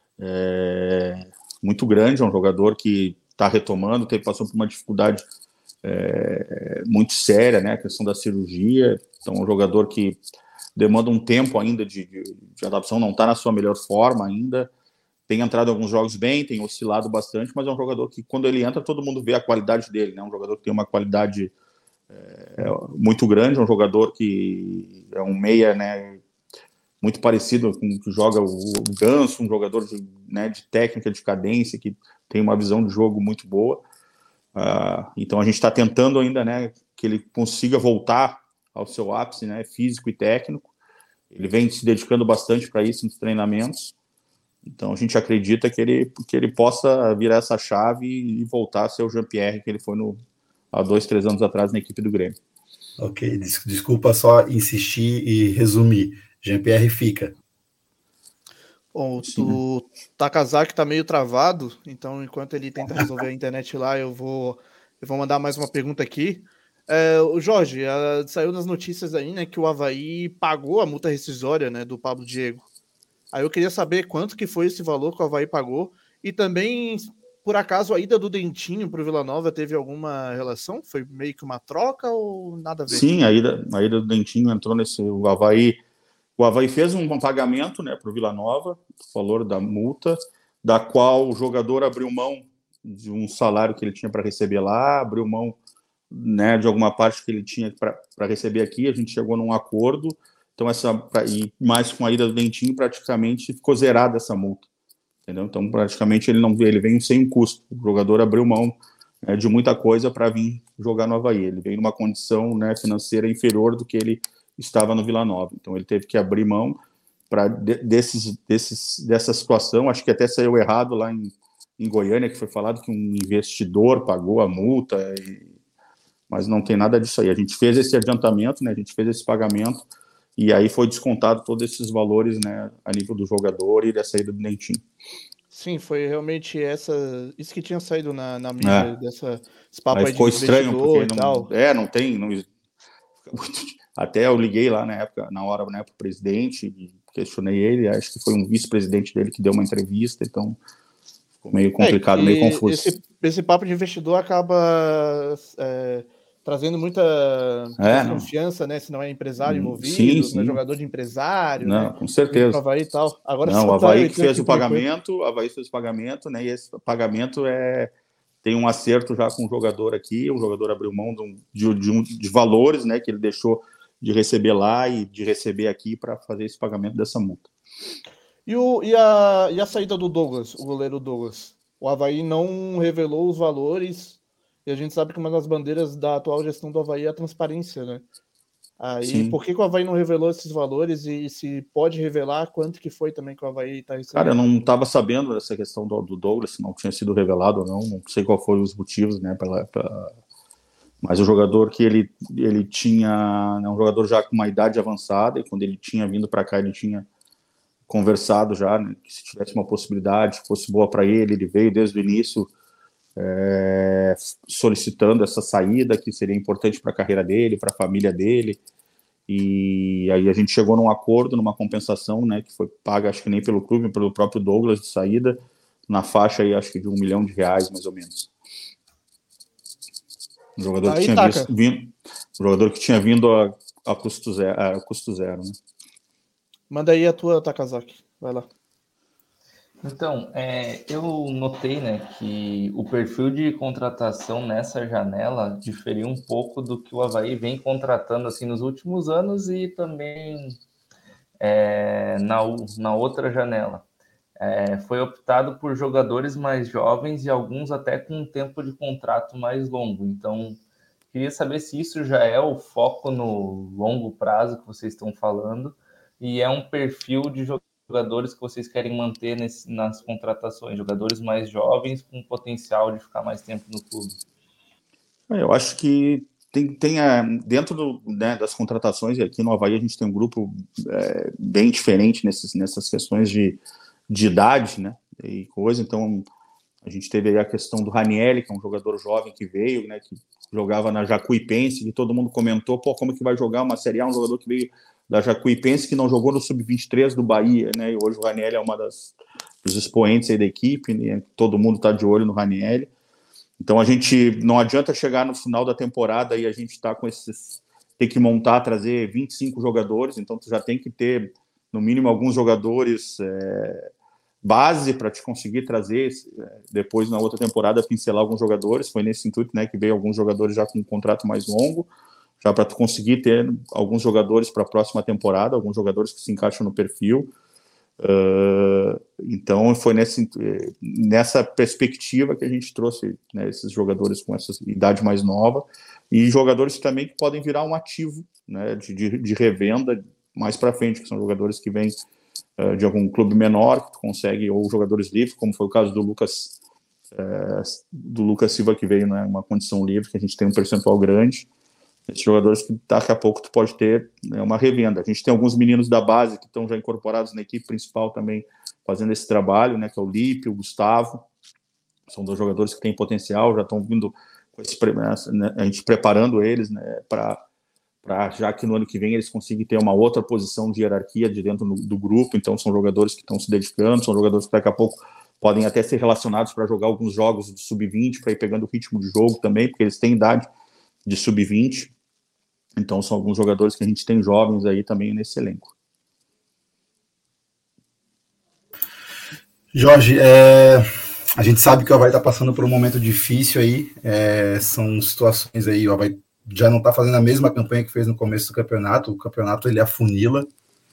muito grande, é um jogador que está retomando, passou por uma dificuldade muito séria, né, a questão da cirurgia, então é um jogador que demanda um tempo ainda de adaptação, não está na sua melhor forma ainda, tem entrado em alguns jogos bem, tem oscilado bastante, mas é um jogador que quando ele entra todo mundo vê a qualidade dele, né, um jogador que tem uma qualidade muito grande, um jogador que é um meia, né, muito parecido com o que joga o Ganso, um jogador de técnica, de cadência, que tem uma visão de jogo muito boa. Então a gente está tentando ainda, né, que ele consiga voltar ao seu ápice, né, físico e técnico. Ele vem se dedicando bastante para isso nos treinamentos. Então a gente acredita que ele possa virar essa chave e voltar a ser o Jean-Pierre que ele foi há 2-3 anos atrás na equipe do Grêmio. Ok, desculpa só insistir e resumir. Jean-Pierre fica. Bom, o Takazaki tá meio travado, então enquanto ele tenta resolver a internet lá, eu vou mandar mais uma pergunta aqui. O Jorge, saiu nas notícias aí, né, que o Avaí pagou a multa rescisória, né, do Pablo Diego. Aí eu queria saber quanto que foi esse valor que o Avaí pagou e também, por acaso, a ida do Dentinho para o Vila Nova teve alguma relação? Foi meio que uma troca ou nada a ver? Sim, a ida do Dentinho entrou o Avaí fez um pagamento, né, para o Vila Nova, o valor da multa, da qual o jogador abriu mão de um salário que ele tinha para receber lá, abriu mão, né, de alguma parte que ele tinha para receber aqui, a gente chegou num acordo, então e mais com a ida do Dentinho praticamente ficou zerada essa multa, entendeu? Então praticamente ele veio sem um custo, o jogador abriu mão de muita coisa para vir jogar no Avaí, ele veio numa condição, né, financeira inferior do que ele estava no Vila Nova, então ele teve que abrir mão dessa situação. Acho que até saiu errado lá em Goiânia, que foi falado que um investidor pagou a multa, mas não tem nada disso aí. A gente fez esse adiantamento, né, a gente fez esse pagamento, e aí foi descontado todos esses valores, né, a nível do jogador e da saída do Dentinho. Sim, foi realmente isso que tinha saído na mídia, esse papo aí ficou de estranho, porque não tem... Até eu liguei lá na hora, né, para o presidente, e questionei ele, acho que foi um vice-presidente dele que deu uma entrevista, então ficou meio complicado, meio confuso. Esse papo de investidor acaba trazendo muita desconfiança, né, se não é empresário envolvido, sim. Se não é jogador de empresário, não, né? Com certeza. O Avaí e tal. Agora não, o Avaí que fez o pagamento, o Avaí fez o pagamento, né, e esse pagamento tem um acerto já com o jogador aqui, o jogador abriu mão de valores, né, que ele deixou de receber lá e de receber aqui para fazer esse pagamento dessa multa. E a saída do Douglas, o goleiro Douglas? O Avaí não revelou os valores, e a gente sabe que uma das bandeiras da atual gestão do Avaí é a transparência, né? Aí, Sim. por que o Avaí não revelou esses valores e se pode revelar quanto que foi também que o Avaí está recebendo? Cara, eu não estava sabendo dessa questão do Douglas, se não tinha sido revelado ou não sei qual foram os motivos, né, mas o jogador que ele tinha, né, um jogador já com uma idade avançada, e quando ele tinha vindo para cá, ele tinha conversado já, né, que se tivesse uma possibilidade, fosse boa para ele veio desde o início solicitando essa saída, que seria importante para a carreira dele, para a família dele, e aí a gente chegou num acordo, numa compensação, né, que foi paga, acho que nem pelo clube, pelo próprio Douglas de saída, na faixa aí, acho que de R$1 milhão, mais ou menos. Um jogador, aí, que tinha vindo a custo zero, né? Manda aí a tua, Takazaki. Vai lá. Então, eu notei, né, que o perfil de contratação nessa janela diferia um pouco do que o Avaí vem contratando assim nos últimos anos e também na outra janela. Foi optado por jogadores mais jovens e alguns até com um tempo de contrato mais longo. Então, queria saber se isso já é o foco no longo prazo que vocês estão falando e é um perfil de jogadores que vocês querem manter nas contratações, jogadores mais jovens com potencial de ficar mais tempo no clube. Eu acho que tem dentro das contratações, e aqui no Avaí a gente tem um grupo bem diferente nessas questões de idade, né, e coisa. Então a gente teve aí a questão do Ranieri, que é um jogador jovem que veio, né, que jogava na Jacuipense, e todo mundo comentou, como que vai jogar uma Série A, um jogador que veio da Jacuipense, que não jogou no Sub-23 do Bahia, né, e hoje o Ranieri é uma dos expoentes aí da equipe, né, todo mundo está de olho no Ranieri. Então a gente não adianta chegar no final da temporada e a gente está com ter que montar, trazer 25 jogadores, então tu já tem que ter no mínimo alguns jogadores base para te conseguir trazer depois na outra temporada pincelar alguns jogadores. Foi nesse intuito, né, que veio alguns jogadores já com um contrato mais longo, já para tu conseguir ter alguns jogadores para a próxima temporada, alguns jogadores que se encaixam no perfil. Então foi nessa perspectiva que a gente trouxe, né, esses jogadores com essa idade mais nova e jogadores também que podem virar um ativo, né, de revenda mais para frente, que são jogadores que vêm de algum clube menor, que tu consegue, ou jogadores livres, como foi o caso do Lucas Silva, que veio numa condição livre, que a gente tem um percentual grande. Esses jogadores que daqui a pouco tu pode ter, né, uma revenda. A gente tem alguns meninos da base que estão já incorporados na equipe principal também, fazendo esse trabalho, né, que é o Lipe, o Gustavo. São dois jogadores que têm potencial, já estão vindo com a gente preparando eles, né, para já que no ano que vem eles conseguem ter uma outra posição de hierarquia de dentro do grupo. Então são jogadores que estão se dedicando, são jogadores que daqui a pouco podem até ser relacionados para jogar alguns jogos do sub-20, para ir pegando o ritmo de jogo também, porque eles têm idade de sub-20. Então são alguns jogadores que a gente tem jovens aí também nesse elenco. Jorge, a gente sabe que o Avaí está passando por um momento difícil aí, são situações aí, o Avaí já não está fazendo a mesma campanha que fez no começo do campeonato, o campeonato ele afunila,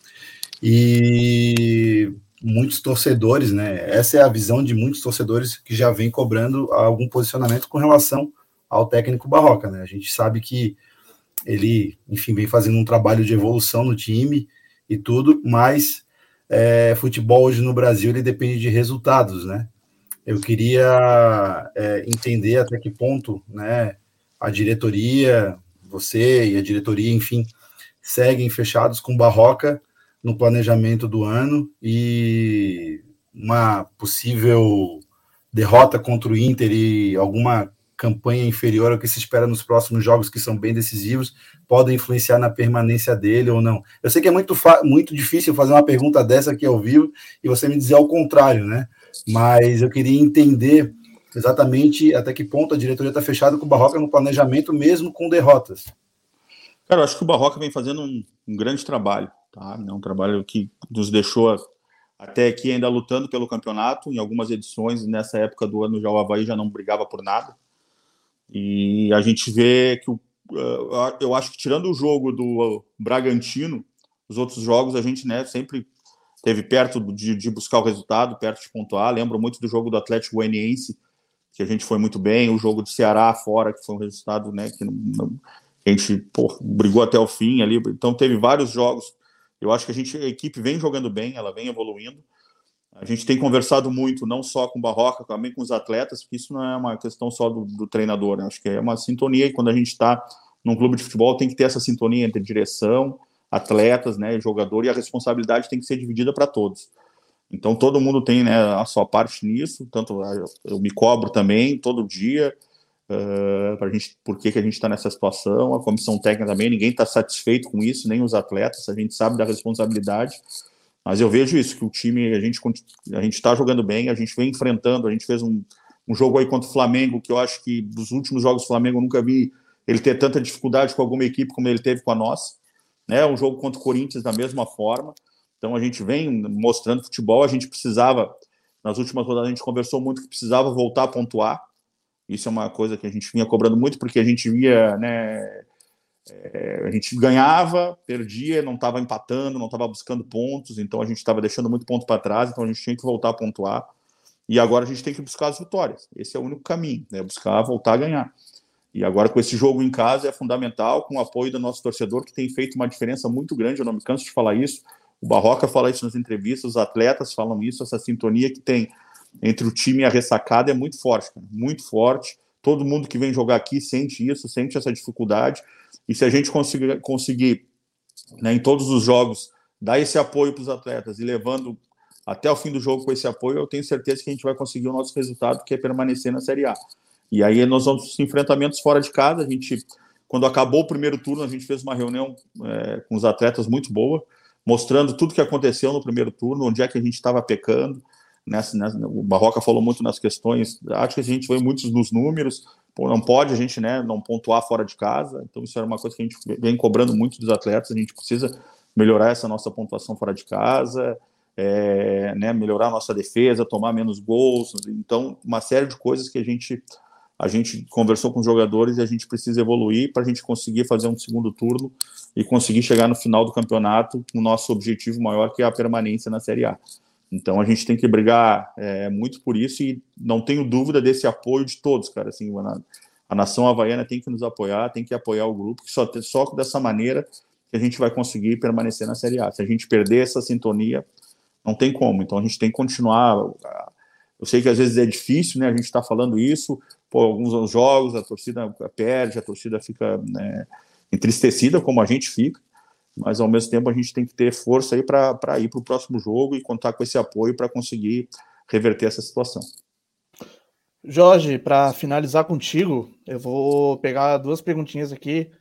e muitos torcedores, né, essa é a visão de muitos torcedores que já vem cobrando algum posicionamento com relação ao técnico Barroca, né, a gente sabe que ele, enfim, vem fazendo um trabalho de evolução no time e tudo, mas futebol hoje no Brasil, ele depende de resultados, né, eu queria entender até que ponto, né, a diretoria, você e a diretoria, enfim, seguem fechados com Barroca no planejamento do ano e uma possível derrota contra o Inter e alguma campanha inferior ao que se espera nos próximos jogos, que são bem decisivos, podem influenciar na permanência dele ou não. Eu sei que é muito difícil fazer uma pergunta dessa aqui ao vivo e você me dizer ao contrário, né? Mas eu queria entender exatamente até que ponto a diretoria está fechada com o Barroca no planejamento, mesmo com derrotas. Cara, eu acho que o Barroca vem fazendo um grande trabalho, tá? É um trabalho que nos deixou até aqui ainda lutando pelo campeonato. Em algumas edições, nessa época do ano, já o Avaí já não brigava por nada. E a gente vê que eu acho que tirando o jogo do Bragantino, os outros jogos a gente, né, sempre teve perto de buscar o resultado, perto de pontuar. Lembro muito do jogo do Atlético Goianiense, que a gente foi muito bem, o jogo do Ceará fora, que foi um resultado, né, que a gente brigou até o fim ali. Então teve vários jogos. Eu acho que a equipe vem jogando bem, ela vem evoluindo. A gente tem conversado muito, não só com o Barroca, também com os atletas, porque isso não é uma questão só do treinador, né? Acho que é uma sintonia, e quando a gente está num clube de futebol, tem que ter essa sintonia entre direção, atletas, né, jogador, e a responsabilidade tem que ser dividida para todos. Então, todo mundo tem, né, a sua parte nisso, tanto eu me cobro também, todo dia, por que a gente está nessa situação, a comissão técnica também, ninguém está satisfeito com isso, nem os atletas, a gente sabe da responsabilidade, mas eu vejo isso, que o time, a gente está jogando bem, a gente vem enfrentando, a gente fez um jogo aí contra o Flamengo, que eu acho que dos últimos jogos do Flamengo eu nunca vi ele ter tanta dificuldade com alguma equipe como ele teve com a nossa, né? Um jogo contra o Corinthians da mesma forma. Então a gente vem mostrando futebol, a gente precisava, nas últimas rodadas a gente conversou muito que precisava voltar a pontuar. Isso é uma coisa que a gente vinha cobrando muito, porque a gente via, né, a gente ganhava, perdia, não estava empatando, não estava buscando pontos, então a gente estava deixando muito ponto para trás, então a gente tinha que voltar a pontuar. E agora a gente tem que buscar as vitórias. Esse é o único caminho, né? Buscar voltar a ganhar. E agora com esse jogo em casa é fundamental, com o apoio do nosso torcedor, que tem feito uma diferença muito grande, eu não me canso de falar isso, o Barroca fala isso nas entrevistas, os atletas falam isso, essa sintonia que tem entre o time e a ressacada é muito forte, cara, muito forte, todo mundo que vem jogar aqui sente isso, sente essa dificuldade, e se a gente conseguir, né, em todos os jogos, dar esse apoio para os atletas e levando até o fim do jogo com esse apoio, eu tenho certeza que a gente vai conseguir o nosso resultado, que é permanecer na Série A. E aí nós vamos para os enfrentamentos fora de casa. A gente, quando acabou o primeiro turno, a gente fez uma reunião com os atletas muito boa, mostrando tudo que aconteceu no primeiro turno, onde é que a gente estava pecando. O Barroca falou muito nas questões, acho que a gente foi muito nos números, não pode a gente, né, não pontuar fora de casa, então isso era uma coisa que a gente vem cobrando muito dos atletas, a gente precisa melhorar essa nossa pontuação fora de casa, né, melhorar a nossa defesa, tomar menos gols, então uma série de coisas que a gente conversou com os jogadores e a gente precisa evoluir para a gente conseguir fazer um segundo turno e conseguir chegar no final do campeonato com o nosso objetivo maior, que é a permanência na Série A. Então a gente tem que brigar muito por isso e não tenho dúvida desse apoio de todos, cara. Assim, a nação havaiana tem que nos apoiar, tem que apoiar o grupo, que só dessa maneira que a gente vai conseguir permanecer na Série A. Se a gente perder essa sintonia, não tem como. Então a gente tem que continuar. Eu sei que às vezes é difícil, né? A gente está falando isso, alguns jogos a torcida perde, a torcida fica, né, entristecida, como a gente fica, mas ao mesmo tempo a gente tem que ter força aí para ir para o próximo jogo e contar com esse apoio para conseguir reverter essa situação. Jorge, para finalizar contigo, eu vou pegar duas perguntinhas aqui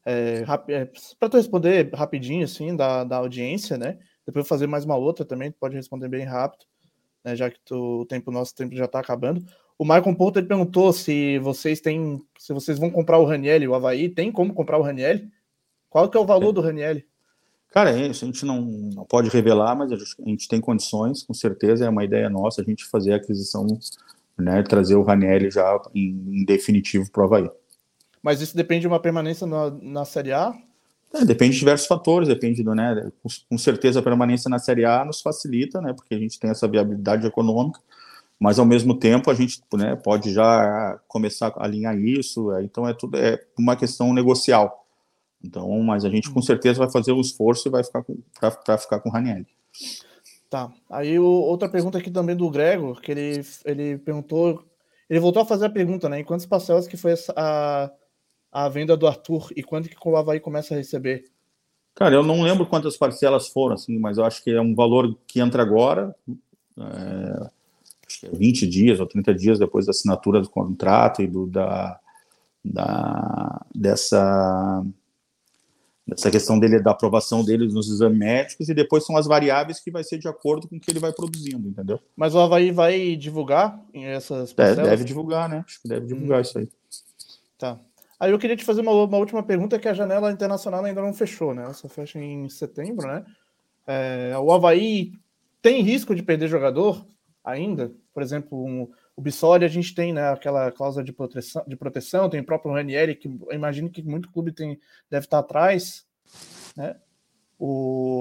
para tu responder rapidinho, assim, da audiência, né? Depois eu vou fazer mais uma outra também, tu pode responder bem rápido, né, já que nosso tempo já está acabando. O Maicon Porto ele perguntou se vocês vão comprar o Ranieri, o Avaí, tem como comprar o Ranieri? Qual que é o valor do Ranieri? Cara, isso a gente não pode revelar, mas a gente tem condições, com certeza, é uma ideia nossa a gente fazer a aquisição, né, trazer o Ranieri já em definitivo para o Avaí. Mas isso depende de uma permanência na Série A? Depende de diversos fatores, depende né, com certeza a permanência na Série A nos facilita, né, porque a gente tem essa viabilidade econômica, mas ao mesmo tempo a gente, né, pode já começar a alinhar isso, então é uma questão negocial. Então, mas a gente com certeza vai fazer o esforço e vai ficar para ficar com o Ranieri. Tá. Aí outra pergunta aqui também do Gregor, que ele perguntou, ele voltou a fazer a pergunta, né? Em quantas parcelas que foi a venda do Arthur e quanto que o Avaí começa a receber? Cara, eu não lembro quantas parcelas foram, assim, mas eu acho que é um valor que entra agora, acho que é 20 dias ou 30 dias depois da assinatura do contrato e dessa questão dele, da aprovação dele nos exames médicos, e depois são as variáveis que vai ser de acordo com o que ele vai produzindo, entendeu? Mas o Avaí vai divulgar essas parcelas? Deve divulgar, né? Acho que deve divulgar isso aí. Tá. Aí eu queria te fazer uma última pergunta, que a janela internacional ainda não fechou, né? Ela só fecha em setembro, né? O Avaí tem risco de perder jogador ainda? Por exemplo, o Bissoli, a gente tem, né, aquela cláusula de proteção, tem o próprio Ranieri, que eu imagino que muito clube deve estar atrás, né?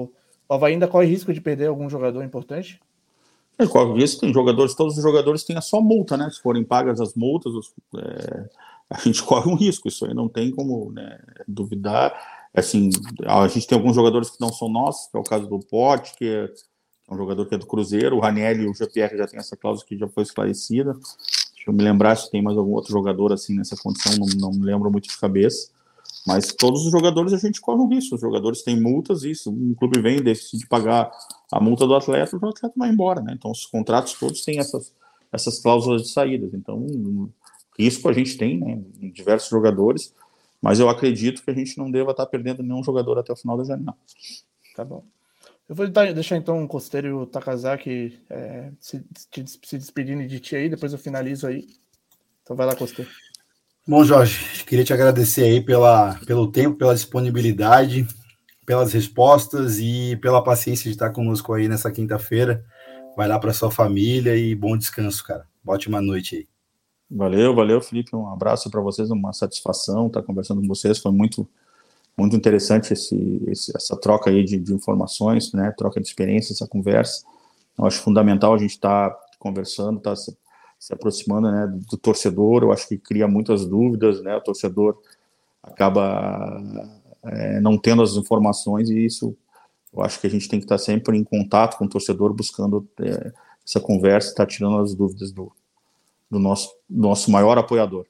O Avaí ainda corre risco de perder algum jogador importante? Corre risco, tem jogadores, todos os jogadores têm a sua multa, né? Se forem pagas as multas, a gente corre um risco, isso aí não tem como, né, duvidar. Assim, a gente tem alguns jogadores que não são nossos, que é o caso do Pote, que é um jogador que é do Cruzeiro, o Ranieri e o GPR já tem essa cláusula que já foi esclarecida. Deixa eu me lembrar se tem mais algum outro jogador assim nessa condição, não me lembro muito de cabeça. Mas todos os jogadores a gente corre um risco. Os jogadores têm multas, isso. Um clube vem, decide pagar a multa do atleta, o atleta vai embora, né? Então, os contratos todos têm essas cláusulas de saídas. Então, risco a gente tem, né, em diversos jogadores, mas eu acredito que a gente não deva estar perdendo nenhum jogador até o final da janela. Tá bom. Eu vou deixar então o Costeiro e o Takazaki se despedindo de ti aí, depois eu finalizo aí. Então vai lá, Costeiro. Bom, Jorge, queria te agradecer aí pelo tempo, pela disponibilidade, pelas respostas e pela paciência de estar conosco aí nessa quinta-feira. Vai lá para sua família e bom descanso, cara. Ótima noite aí. Valeu, Felipe. Um abraço para vocês, uma satisfação estar conversando com vocês. Foi muito interessante essa troca aí de informações, né? Troca de experiências, essa conversa. Eu acho fundamental a gente estar conversando, estar se aproximando, né, do torcedor. Eu acho que cria muitas dúvidas, né? O torcedor acaba não tendo as informações, e isso eu acho que a gente tem que estar sempre em contato com o torcedor, buscando essa conversa, estar tirando as dúvidas do nosso maior apoiador.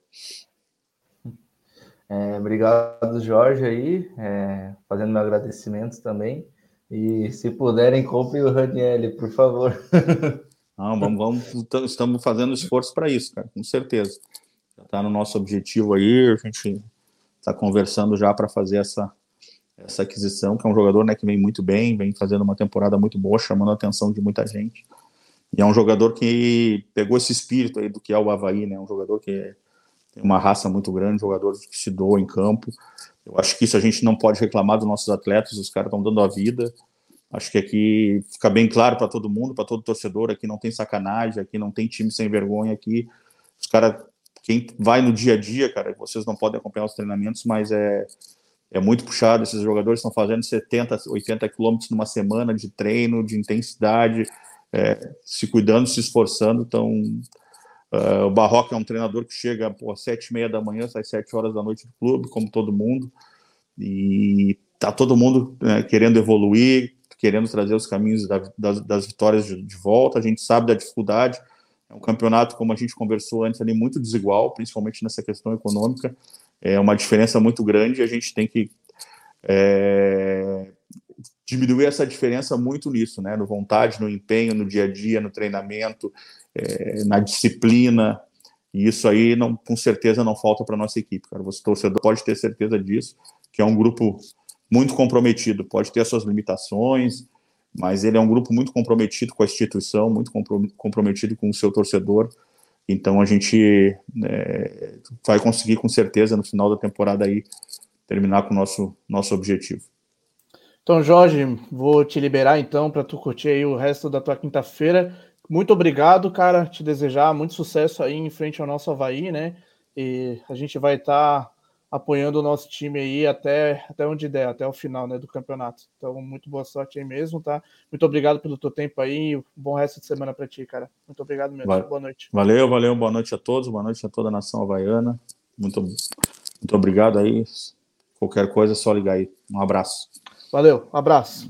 Obrigado, Jorge, aí, fazendo meu agradecimento também. E se puderem, comprem o Ranieri, por favor. Não, estamos fazendo esforço para isso, cara, com certeza. Já está no nosso objetivo aí, a gente está conversando já para fazer essa aquisição, que é um jogador, né, que vem muito bem, vem fazendo uma temporada muito boa, chamando a atenção de muita gente. E é um jogador que pegou esse espírito aí do que é o Avaí, né? Um jogador que tem uma raça muito grande, jogador que se doa em campo. Eu acho que isso a gente não pode reclamar dos nossos atletas, os caras estão dando a vida. Acho que aqui fica bem claro para todo mundo, para todo torcedor, aqui não tem sacanagem, aqui não tem time sem vergonha, aqui os caras, quem vai no dia a dia, cara, vocês não podem acompanhar os treinamentos, mas é muito puxado. Esses jogadores estão fazendo 70, 80 quilômetros numa semana de treino, de intensidade, se cuidando, se esforçando. Então, o Barroca é um treinador que chega às 7h30 da manhã, sai 7 horas da noite do clube, como todo mundo, e tá todo mundo querendo evoluir, querendo trazer os caminhos das vitórias de volta. A gente sabe da dificuldade, é um campeonato, como a gente conversou antes ali, muito desigual, principalmente nessa questão econômica, é uma diferença muito grande, e a gente tem que diminuir essa diferença muito nisso, né? No vontade, no empenho, no dia a dia, no treinamento, na disciplina, e isso aí com certeza não falta para nossa equipe, cara. Você, torcedor, pode ter certeza disso, que é um grupo muito comprometido, pode ter as suas limitações, mas ele é um grupo muito comprometido com a instituição, muito comprometido com o seu torcedor. Então a gente vai conseguir com certeza no final da temporada aí terminar com o nosso objetivo. Então, Jorge, vou te liberar então para tu curtir aí o resto da tua quinta-feira. Muito obrigado, cara. Te desejar muito sucesso aí em frente ao nosso Avaí, né? E a gente vai estar apoiando o nosso time aí até onde der, até o final, né, do campeonato. Então, muito boa sorte aí mesmo, tá? Muito obrigado pelo teu tempo aí. Bom resto de semana para ti, cara. Muito obrigado mesmo. Boa noite. Valeu. Boa noite a todos. Boa noite a toda a nação havaiana. Muito obrigado aí. Qualquer coisa é só ligar aí. Um abraço. Valeu, abraço.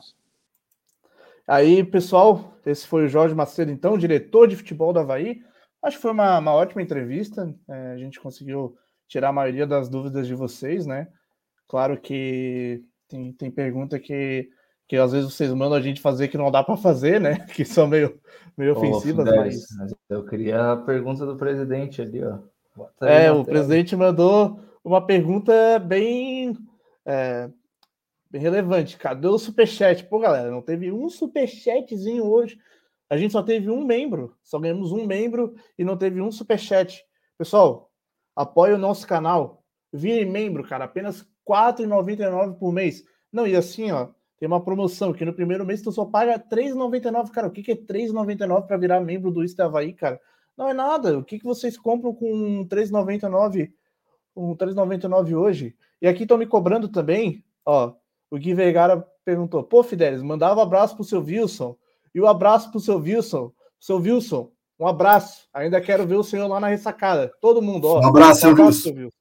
Aí, pessoal, esse foi o Jorge Macedo, então, diretor de futebol do Avaí. Acho que foi uma ótima entrevista. A gente conseguiu tirar a maioria das dúvidas de vocês, né? Claro que tem pergunta que às vezes vocês mandam a gente fazer que não dá para fazer, né? Que são meio ofensivas, Fidelis, mas eu queria a pergunta do presidente ali, ó. O presidente mandou uma pergunta bem relevante. Cadê o superchat? Pô, galera, não teve um superchatzinho hoje. A gente só teve um membro. Só ganhamos um membro e não teve um superchat. Pessoal, apoie o nosso canal. Vire membro, cara. Apenas R$ 4,99 por mês. Não, e assim, ó, tem uma promoção que no primeiro mês tu só paga R$ 3,99. Cara, o que é R$ 3,99 para virar membro do Insta Avaí, cara? Não é nada. O que vocês compram com R$ 3,99? Um R$ 3,99 hoje? E aqui estão me cobrando também, ó. O Gui Vergara perguntou, pô, Fidelis, mandava um abraço pro seu Wilson. E o abraço pro seu Wilson. Seu Wilson, um abraço. Ainda quero ver o senhor lá na ressacada. Todo mundo, ó. Um abraço, Wilson. seu Wilson.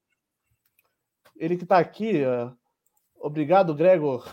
Ele que tá aqui, obrigado, Gregor.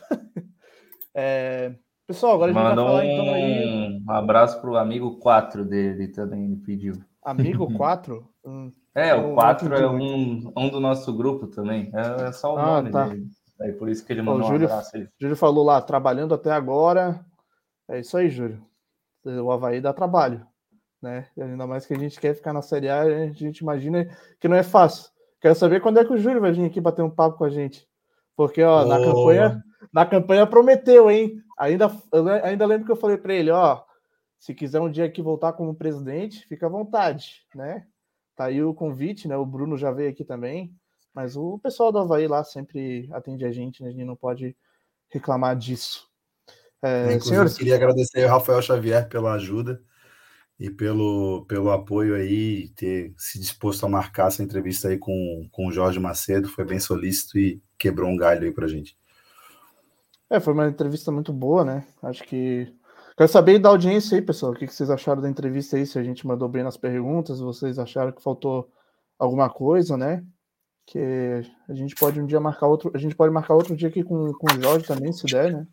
Pessoal, agora a gente vai falar então aí... Um abraço pro amigo 4 dele também, ele pediu. Amigo 4? O 4 é um do nosso grupo também. É só o nome dele. É por isso que ele mandou um abraço. Júlio falou lá, trabalhando até agora. É isso aí, Júlio. O Avaí dá trabalho, né? Ainda mais que a gente quer ficar na Série A, a gente imagina que não é fácil. Quero saber quando é que o Júlio vai vir aqui bater um papo com a gente. Porque, ó, na campanha prometeu, hein? Ainda lembro que eu falei para ele, ó, se quiser um dia aqui voltar como presidente, fica à vontade, né? Tá aí o convite, né? O Bruno já veio aqui também, mas o pessoal do Avaí lá sempre atende a gente, né? A gente não pode reclamar disso. Senhores, queria agradecer ao Rafael Xavier pela ajuda e pelo apoio aí, ter se disposto a marcar essa entrevista aí com o Jorge Macedo, foi bem solícito e quebrou um galho aí pra gente. Foi uma entrevista muito boa, né? Acho que... Quero saber da audiência aí, pessoal, o que vocês acharam da entrevista aí, se a gente mandou bem nas perguntas, se vocês acharam que faltou alguma coisa, né? Que a gente pode um dia marcar outro... A gente pode marcar outro dia aqui com o Jorge também, se der, né?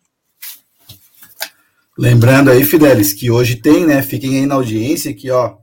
Lembrando aí, Fidelis, que hoje tem, né? Fiquem aí na audiência aqui, ó.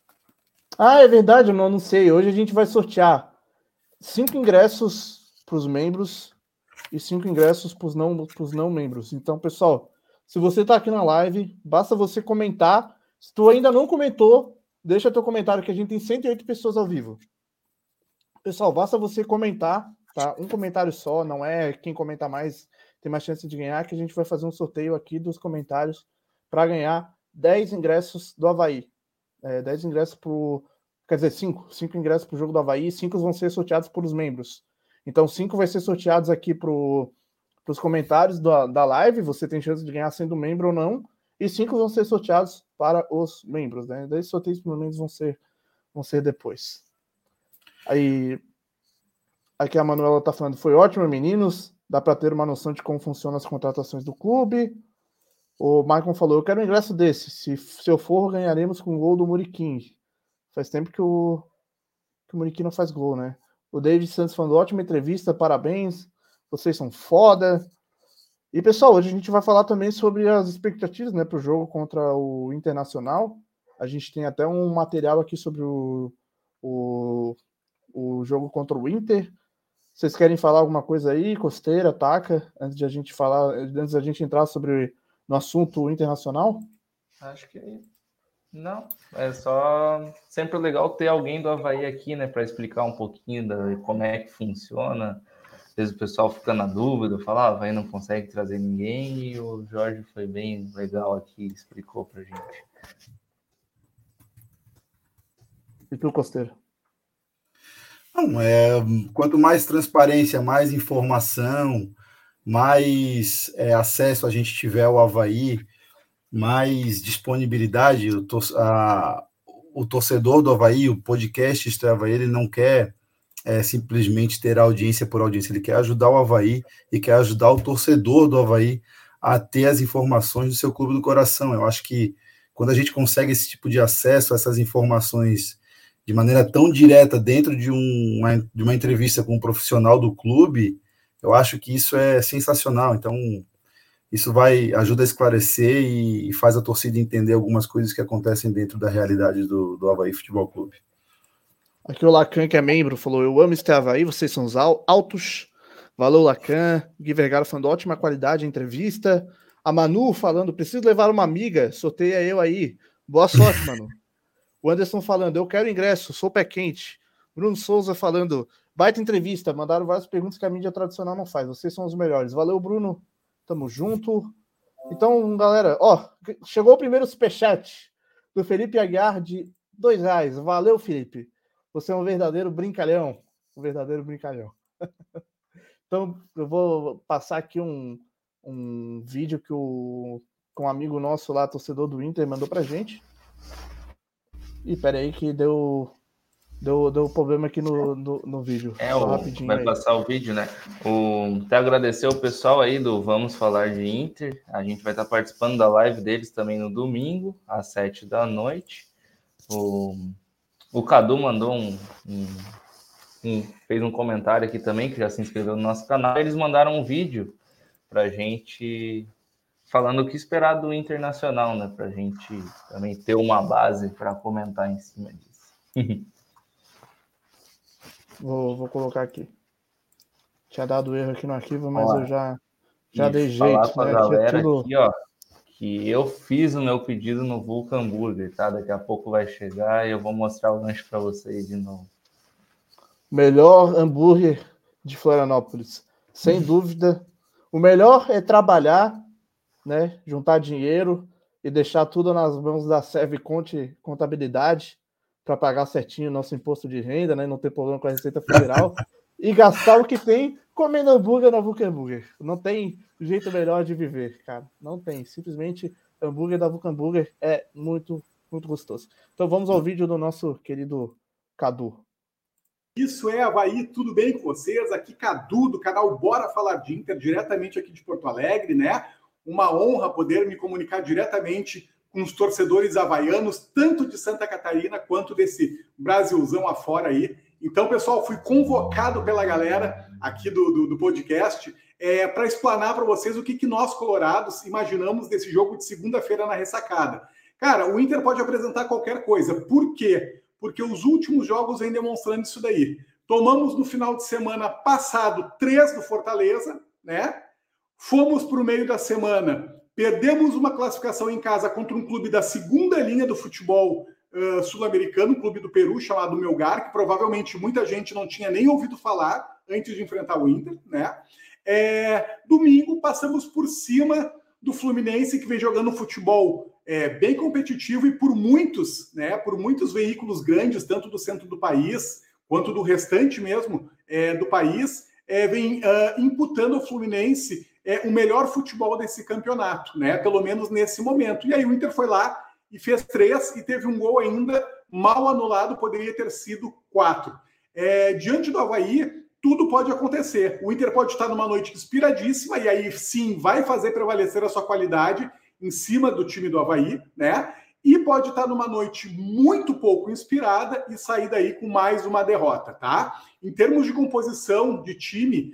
É verdade, eu não anunciei. Hoje a gente vai sortear 5 ingressos para os membros e 5 ingressos para os não membros. Então, pessoal, se você está aqui na live, basta você comentar. Se tu ainda não comentou, deixa teu comentário, que a gente tem 108 pessoas ao vivo. Pessoal, basta você comentar, tá? Um comentário só, não é quem comenta mais tem mais chance de ganhar, que a gente vai fazer um sorteio aqui dos comentários para ganhar 10 ingressos do Avaí. 10 ingressos pro... Quer dizer, 5 ingressos para o jogo do Avaí, 5 vão ser sorteados por os membros. Então, 5 vai ser sorteados aqui para os comentários da live, você tem chance de ganhar sendo membro ou não, e 5 vão ser sorteados para os membros, né? 10 sorteios para os membros vão ser depois. Aí, aqui a Manuela tá falando, foi ótimo, meninos, dá para ter uma noção de como funcionam as contratações do clube. O Michael falou, eu quero um ingresso desse, se eu for, ganharemos com o gol do Muriquim. Faz tempo que o Muriquim não faz gol, né? O David Santos falando, ótima entrevista, parabéns, vocês são foda. E, pessoal, hoje a gente vai falar também sobre as expectativas, né, para o jogo contra o Internacional. A gente tem até um material aqui sobre o jogo contra o Inter. Vocês querem falar alguma coisa aí, Costeira, Taca, antes da gente entrar no assunto internacional? Acho que não. É só sempre legal ter alguém do Avaí aqui, né, para explicar um pouquinho como é que funciona. Às vezes o pessoal fica na dúvida, fala, o Avaí não consegue trazer ninguém, e o Jorge foi bem legal aqui, explicou pra gente. E tu, Costeira? Não, quanto mais transparência, mais informação, mais acesso a gente tiver ao Avaí, mais disponibilidade, o torcedor do Avaí, o podcast Estreia Avaí, ele não quer simplesmente ter audiência por audiência, ele quer ajudar o Avaí e quer ajudar o torcedor do Avaí a ter as informações do seu clube do coração. Eu acho que quando a gente consegue esse tipo de acesso a essas informações de maneira tão direta dentro de uma entrevista com um profissional do clube, eu acho que isso é sensacional. Então, isso ajuda a esclarecer e faz a torcida entender algumas coisas que acontecem dentro da realidade do Avaí Futebol Clube. Aqui o Lacan, que é membro, falou, eu amo este Avaí, vocês são os altos. Valeu, Lacan. Gui Vergara falando, ótima qualidade a entrevista. A Manu falando, preciso levar uma amiga, sorteia eu aí. Boa sorte, Manu. O Anderson falando, eu quero ingresso, sou pé quente. Bruno Souza falando, baita entrevista, mandaram várias perguntas que a mídia tradicional não faz, vocês são os melhores. Valeu, Bruno, tamo junto. Então, galera, chegou o primeiro superchat do Felipe Aguiar de R$2. Valeu, Felipe. Você é um verdadeiro brincalhão. Um verdadeiro brincalhão. Então, eu vou passar aqui um vídeo que um amigo nosso lá, torcedor do Inter, mandou pra gente. E peraí que deu Deu problema aqui no vídeo. Vai passar o vídeo, né? Até agradecer o pessoal aí do Vamos Falar de Inter. A gente vai estar participando da live deles também no domingo, às 7 da noite. O Cadu mandou fez um comentário aqui também, que já se inscreveu no nosso canal. Eles mandaram um vídeo pra gente falando o que esperar do Internacional, né? Pra gente também ter uma base para comentar em cima disso. Vou colocar aqui. Tinha dado erro aqui no arquivo, mas eu já dei jeito. Falar pra galera aqui, ó, que eu fiz o meu pedido no Vulcan Burger, tá? Daqui a pouco vai chegar e eu vou mostrar o lanche para vocês de novo. Melhor hambúrguer de Florianópolis. Sem dúvida. O melhor é trabalhar, né? Juntar dinheiro e deixar tudo nas mãos da Serviconte Contabilidade para pagar certinho o nosso imposto de renda, né? Não ter problema com a Receita Federal e gastar o que tem comendo hambúrguer na Vulcan Burger. Não tem jeito melhor de viver, cara. Não tem. Simplesmente hambúrguer da Vulcan Burger é muito, muito gostoso. Então vamos ao vídeo do nosso querido Cadu. Isso é Avaí, tudo bem com vocês? Aqui Cadu, do canal Bora Falar de Inter, diretamente aqui de Porto Alegre, né? Uma honra poder me comunicar diretamente com os torcedores havaianos, tanto de Santa Catarina quanto desse Brasilzão afora aí. Então, pessoal, fui convocado pela galera aqui do podcast para explanar para vocês o que nós, colorados, imaginamos desse jogo de segunda-feira na ressacada. Cara, o Inter pode apresentar qualquer coisa. Por quê? Porque os últimos jogos vêm demonstrando isso daí. Tomamos no final de semana passado 3 do Fortaleza, né? Fomos para o meio da semana, perdemos uma classificação em casa contra um clube da segunda linha do futebol sul-americano, um clube do Peru chamado Melgar, que provavelmente muita gente não tinha nem ouvido falar antes de enfrentar o Inter, né? Domingo passamos por cima do Fluminense, que vem jogando um futebol bem competitivo e por muitos veículos grandes, tanto do centro do país quanto do restante mesmo do país, vem imputando ao Fluminense o melhor futebol desse campeonato, né? Pelo menos nesse momento. E aí o Inter foi lá e fez 3 e teve um gol ainda mal anulado, poderia ter sido 4. Diante do Avaí, tudo pode acontecer. O Inter pode estar numa noite inspiradíssima e aí sim vai fazer prevalecer a sua qualidade em cima do time do Avaí, né? E pode estar numa noite muito pouco inspirada e sair daí com mais uma derrota, tá? Em termos de composição de time,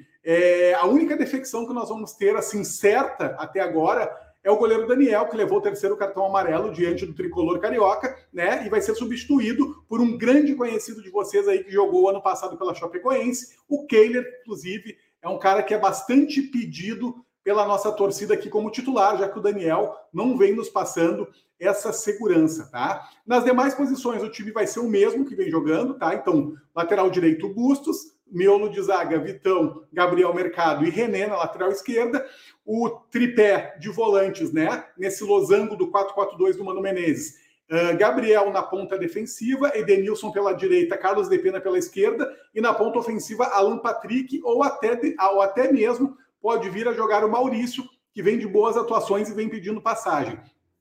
a única defecção que nós vamos ter, assim, certa até agora, é o goleiro Daniel, que levou o 3º cartão amarelo diante do tricolor carioca, né? E vai ser substituído por um grande conhecido de vocês aí que jogou ano passado pela Chapecoense, o Kehler, inclusive, é um cara que é bastante pedido pela nossa torcida aqui como titular, já que o Daniel não vem nos passando essa segurança, tá? Nas demais posições, o time vai ser o mesmo que vem jogando, tá? Então, lateral direito, Bustos, miolo de zaga, Vitão, Gabriel Mercado e René na lateral esquerda, o tripé de volantes, né? Nesse losango do 4-4-2 do Mano Menezes. Gabriel na ponta defensiva, Edenilson pela direita, Carlos de Pena pela esquerda, e na ponta ofensiva, Alan Patrick, ou até mesmo pode vir a jogar o Maurício, que vem de boas atuações e vem pedindo passagem.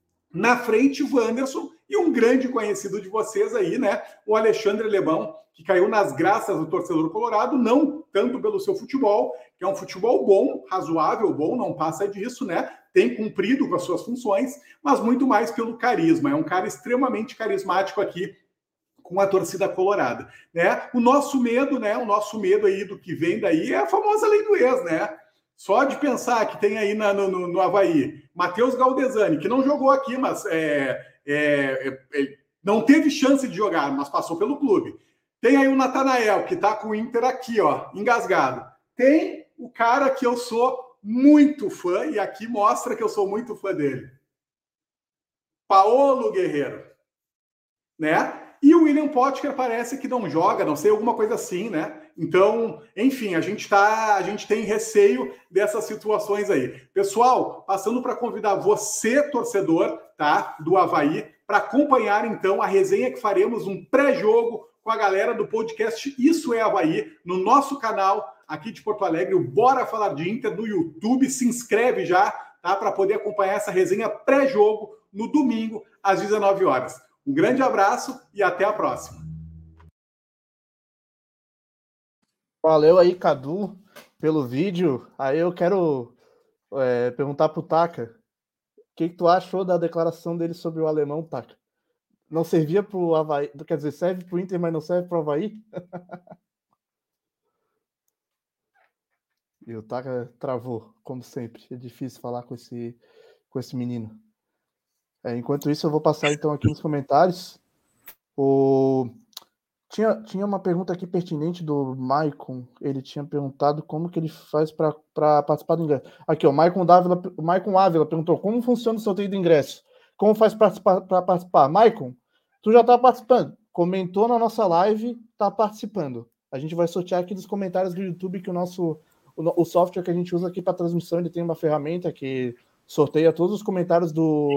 Na frente, o Wanderson e um grande conhecido de vocês aí, né? O Alexandre Lebão, que caiu nas graças do torcedor colorado, não tanto pelo seu futebol, que é um futebol bom, razoável, bom, não passa disso, né? Tem cumprido com as suas funções, mas muito mais pelo carisma. É um cara extremamente carismático aqui com a torcida colorada, né? O nosso medo, né? O nosso medo aí do que vem daí é a famosa lei do ex, né? Só de pensar que tem aí no Avaí Matheus Galdesani, que não jogou aqui, mas não teve chance de jogar, mas passou pelo clube. Tem aí o Natanael, que tá com o Inter aqui, ó, engasgado. Tem o cara que eu sou muito fã, e aqui mostra que eu sou muito fã dele. Paolo Guerreiro, né? E o William Potker parece que não joga, não sei, alguma coisa assim, né? Então, enfim, a gente tem receio dessas situações aí. Pessoal, passando para convidar você, torcedor, tá, do Avaí, para acompanhar, então, a resenha que faremos, um pré-jogo com a galera do podcast Isso é Avaí, no nosso canal aqui de Porto Alegre, o Bora Falar de Inter, no YouTube. Se inscreve já, tá, para poder acompanhar essa resenha pré-jogo no domingo, às 19 horas. Um grande abraço e até a próxima. Valeu aí, Cadu, pelo vídeo. Aí eu quero perguntar pro Taka, o que tu achou da declaração dele sobre o alemão, Taka? Não servia pro Avaí, quer dizer, serve pro Inter, mas não serve pro Avaí? E o Taka travou, como sempre. É difícil falar com esse menino. Enquanto isso, eu vou passar então aqui nos comentários. Tinha uma pergunta aqui pertinente do Maicon. Ele tinha perguntado como que ele faz para participar do ingresso. Aqui, ó, o Maicon Ávila perguntou como funciona o sorteio do ingresso. Como faz para participar? Maicon, tu já está participando. Comentou na nossa live, está participando. A gente vai sortear aqui nos comentários do YouTube, que o software que a gente usa aqui para transmissão, ele tem uma ferramenta que sorteia todos os comentários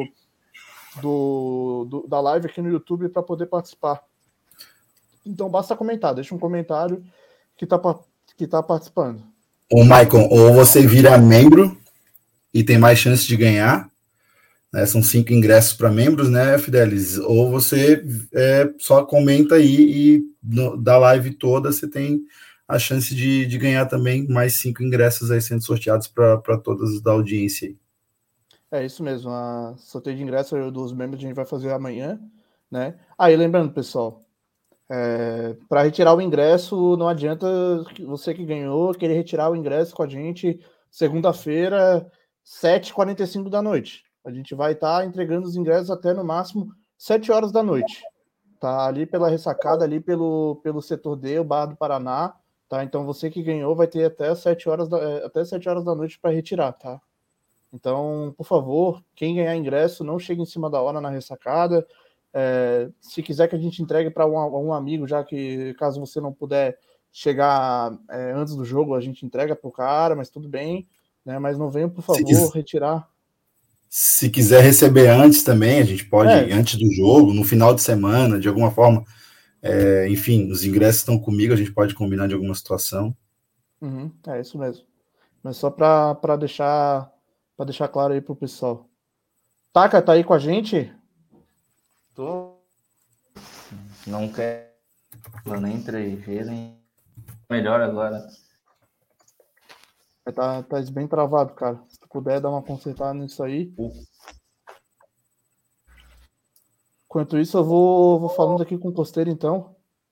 da live aqui no YouTube para poder participar. Então basta comentar, deixa um comentário que tá participando. Ô, Maicon, ou você vira membro e tem mais chance de ganhar, né? São 5 ingressos para membros, né, Fidelis? Ou você só comenta aí e da live toda você tem a chance de ganhar também mais 5 ingressos aí sendo sorteados para todas da audiência aí. É isso mesmo, a sorteio de ingressos dos membros a gente vai fazer amanhã, né? Aí lembrando, pessoal, para retirar o ingresso, não adianta você que ganhou querer retirar o ingresso com a gente segunda-feira, 7h45 da noite. A gente vai estar entregando os ingressos até no máximo 7 horas da noite. Tá ali pela ressacada, ali pelo setor D, o Bar do Paraná. Tá? Então você que ganhou vai ter até 7 horas da noite para retirar, tá? Então, por favor, quem ganhar ingresso, não chegue em cima da hora na ressacada. Se quiser que a gente entregue para um amigo, já que caso você não puder chegar antes do jogo, a gente entrega para o cara, mas tudo bem, né? Mas não venha, por favor, retirar. Se quiser receber antes também, a gente pode, antes do jogo, no final de semana, de alguma forma. Enfim, os ingressos estão comigo, a gente pode combinar de alguma situação. É isso mesmo. Mas só para deixar claro aí pro pessoal. Taka, tá aí com a gente? Tô. Não quero nem 3G, nem melhor agora. Tá bem travado, cara. Se tu puder dar uma consertada nisso aí. Enquanto isso, eu vou falando aqui com o Costeira, então.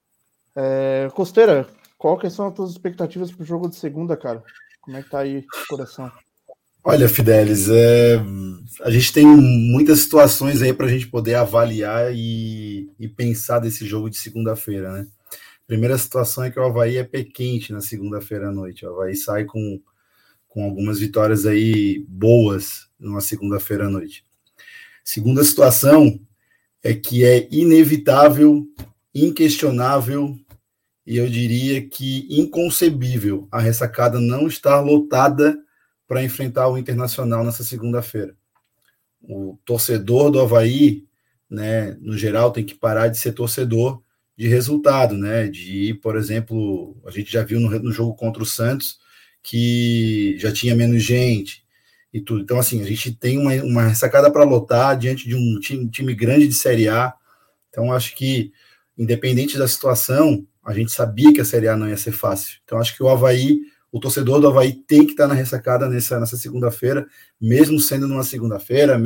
Costeira, qual que são as tuas expectativas pro jogo de segunda, cara? Como é que tá aí o coração? Olha, Fidelis, a gente tem muitas situações aí para a gente poder avaliar e pensar desse jogo de segunda-feira, né? Primeira situação é que o Avaí é pé quente na segunda-feira à noite. O Avaí sai com algumas vitórias aí boas numa segunda-feira à noite. Segunda situação é que é inevitável, inquestionável e eu diria que inconcebível a ressacada não estar lotada para enfrentar o Internacional nessa segunda-feira. O torcedor do Avaí, né, no geral, tem que parar de ser torcedor de resultado, né, de, por exemplo, a gente já viu no jogo contra o Santos, que já tinha menos gente e tudo. Então, assim, a gente tem uma ressacada para lotar diante de um time grande de Série A. Então, acho que, independente da situação, a gente sabia que a Série A não ia ser fácil. Então, acho que o torcedor do Avaí tem que estar na ressacada nessa segunda-feira, mesmo sendo numa segunda-feira,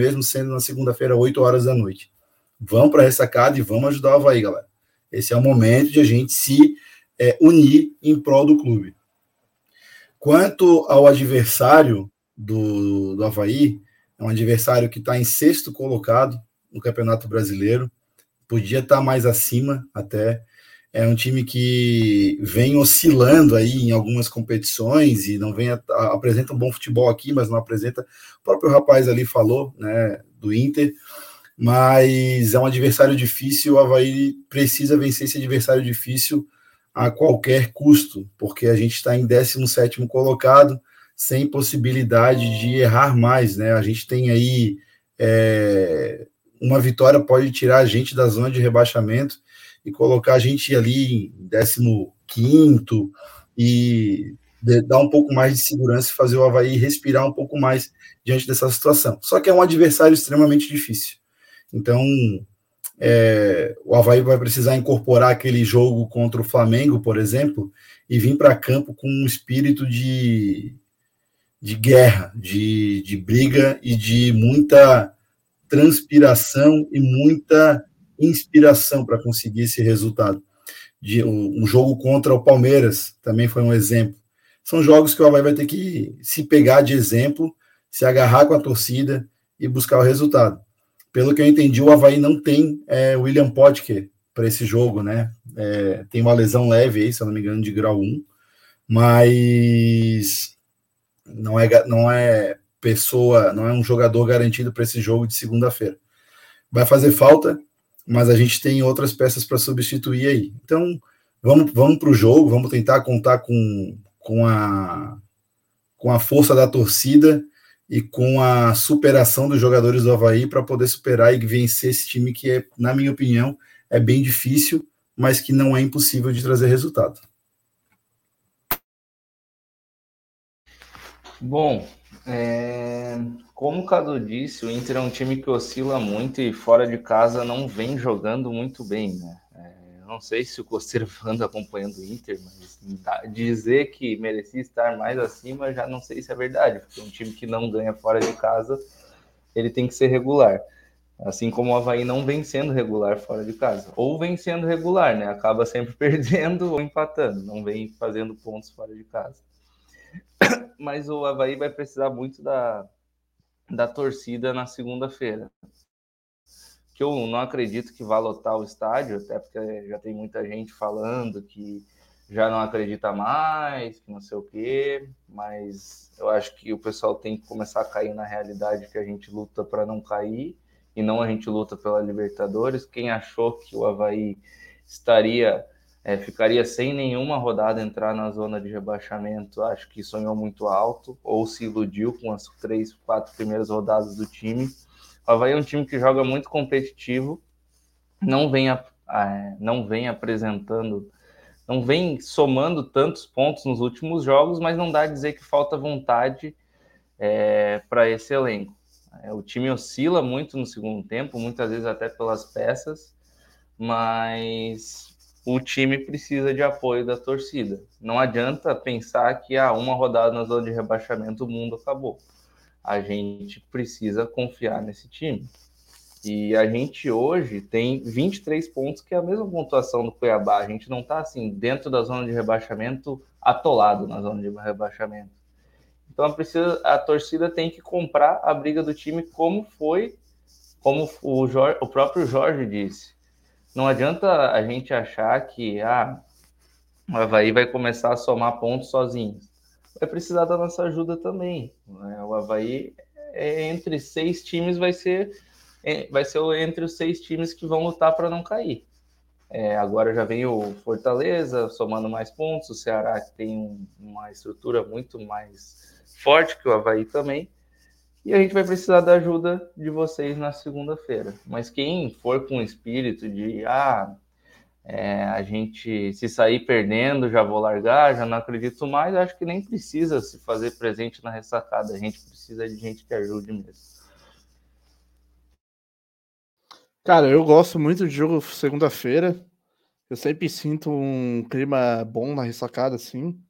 8 horas da noite. Vamos para a ressacada e vamos ajudar o Avaí, galera. Esse é o momento de a gente se unir em prol do clube. Quanto ao adversário do Avaí, é um adversário que está em 6º colocado no Campeonato Brasileiro, podia estar mais acima até. É um time que vem oscilando aí em algumas competições e não apresenta um bom futebol aqui, mas não apresenta. O próprio rapaz ali falou, né, do Inter, mas é um adversário difícil. O Avaí precisa vencer esse adversário difícil a qualquer custo, porque a gente está em 17º colocado, sem possibilidade de errar mais, né? A gente tem aí uma vitória pode tirar a gente da zona de rebaixamento e colocar a gente ali em 15º e dar um pouco mais de segurança e fazer o Avaí respirar um pouco mais diante dessa situação. Só que é um adversário extremamente difícil. Então, o Avaí vai precisar incorporar aquele jogo contra o Flamengo, por exemplo, e vir para campo com um espírito de guerra, de briga e de muita transpiração e muita inspiração para conseguir esse resultado. Um jogo contra o Palmeiras também foi um exemplo. São jogos que o Avaí vai ter que se pegar de exemplo, se agarrar com a torcida e buscar o resultado. Pelo que eu entendi, o Avaí não tem William Potker para esse jogo, né? Tem uma lesão leve aí, se eu não me engano, de grau 1, mas não é um jogador garantido para esse jogo de segunda-feira. Vai fazer falta, mas a gente tem outras peças para substituir aí. Então, vamos para o jogo, vamos tentar contar com a força da torcida e com a superação dos jogadores do Avaí para poder superar e vencer esse time que, na minha opinião, é bem difícil, mas que não é impossível de trazer resultado. Bom, como o Cadu disse, o Inter é um time que oscila muito e fora de casa não vem jogando muito bem, né? Não sei se o Costeiro anda acompanhando o Inter, mas dizer que merecia estar mais acima, já não sei se é verdade, porque um time que não ganha fora de casa, ele tem que ser regular. Assim como o Avaí não vem sendo regular fora de casa. Ou vem sendo regular, né? Acaba sempre perdendo ou empatando, não vem fazendo pontos fora de casa. Mas o Avaí vai precisar muito da torcida na segunda-feira. Que eu não acredito que vá lotar o estádio, até porque já tem muita gente falando que já não acredita mais, que não sei o quê, mas eu acho que o pessoal tem que começar a cair na realidade que a gente luta para não cair, e não a gente luta pela Libertadores. Quem achou que o Avaí ficaria sem nenhuma rodada entrar na zona de rebaixamento, acho que sonhou muito alto, ou se iludiu com as 3, 4 primeiras rodadas do time. O Avaí é um time que joga muito competitivo, não vem apresentando, não vem somando tantos pontos nos últimos jogos, mas não dá a dizer que falta vontade para esse elenco. O time oscila muito no segundo tempo, muitas vezes até pelas peças, mas o time precisa de apoio da torcida. Não adianta pensar que uma rodada na zona de rebaixamento o mundo acabou. A gente precisa confiar nesse time. E a gente hoje tem 23 pontos, que é a mesma pontuação do Cuiabá. A gente não está assim, dentro da zona de rebaixamento, atolado na zona de rebaixamento. Então a torcida tem que comprar a briga do time, como o próprio Jorge disse. Não adianta a gente achar que o Avaí vai começar a somar pontos sozinho. Vai precisar da nossa ajuda também. O Avaí, entre 6 times, vai ser entre os 6 times que vão lutar para não cair. Agora já vem o Fortaleza somando mais pontos, o Ceará que tem uma estrutura muito mais forte que o Avaí também. E a gente vai precisar da ajuda de vocês na segunda-feira. Mas quem for com o espírito de a gente, se sair perdendo, já vou largar, já não acredito mais, acho que nem precisa se fazer presente na ressacada. A gente precisa de gente que ajude mesmo. Cara, eu gosto muito de jogo segunda-feira. Eu sempre sinto um clima bom na ressacada, assim.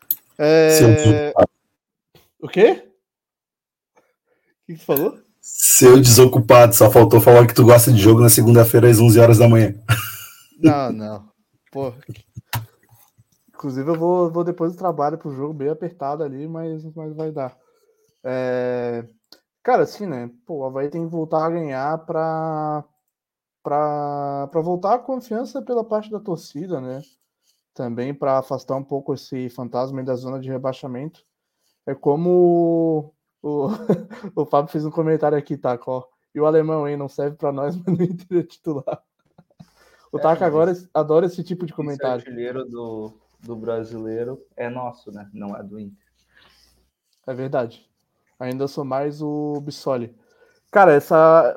O quê? O que tu falou? Seu desocupado, só faltou falar que tu gosta de jogo na segunda-feira às 11 horas da manhã. Não. Pô. Inclusive eu vou depois do trabalho pro jogo bem apertado ali, mas vai dar. Cara, assim, né? Pô, o Avaí tem que voltar a ganhar pra voltar a confiança pela parte da torcida, né? Também para afastar um pouco esse fantasma da zona de rebaixamento. É como o Fábio fez um comentário aqui, tá? E o alemão, hein? Não serve para nós, mas no Inter é titular. O Taka agora adora esse tipo de comentário. Esse artilheiro do brasileiro é nosso, né? Não é do Inter. É verdade. Ainda sou mais o Bissoli. Cara, essa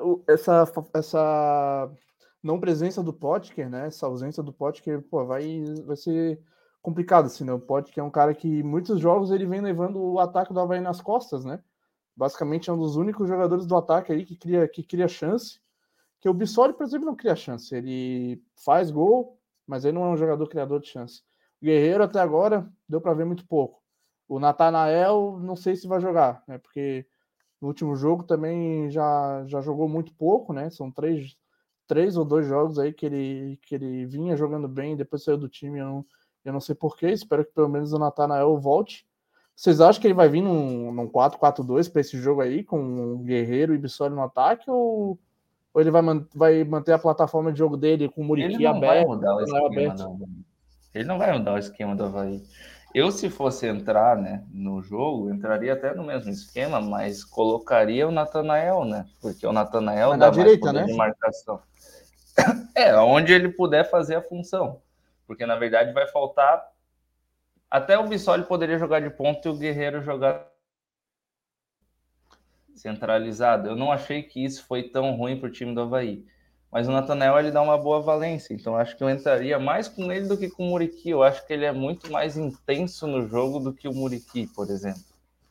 não presença do Potker, né? Essa ausência do Potker, pô, vai ser complicado, assim, né? O Potker é um cara que muitos jogos ele vem levando o ataque do Avaí nas costas, né? Basicamente é um dos únicos jogadores do ataque aí que cria chance. Que o Bissoli, por exemplo, não cria chance. Ele faz gol, mas ele não é um jogador criador de chance. Guerreiro até agora deu para ver muito pouco. O Natanael, não sei se vai jogar, né? Porque no último jogo também já jogou muito pouco, né? São três ou 2 jogos aí que ele vinha jogando bem, depois saiu do time, eu não sei porquê, espero que pelo menos o Natanael volte. Vocês acham que ele vai vir num 4-4-2 para esse jogo aí, com o Guerreiro e Bissoli no ataque, ou ele vai manter a plataforma de jogo dele com o Muriqui aberto? Ele não vai mudar o esquema do Avaí. Eu, se fosse entrar, né, no jogo, entraria até no mesmo esquema, mas colocaria o Natanael, né? Porque o Natanael dá mais poder de marcação. Onde ele puder fazer a função. Porque, na verdade, vai faltar... Até o Bissoli poderia jogar de ponta e o Guerreiro jogar centralizado. Eu não achei que isso foi tão ruim para o time do Avaí. Mas o Natanael, ele dá uma boa valência, então acho que eu entraria mais com ele do que com o Muriqui. Eu acho que ele é muito mais intenso no jogo do que o Muriqui, por exemplo.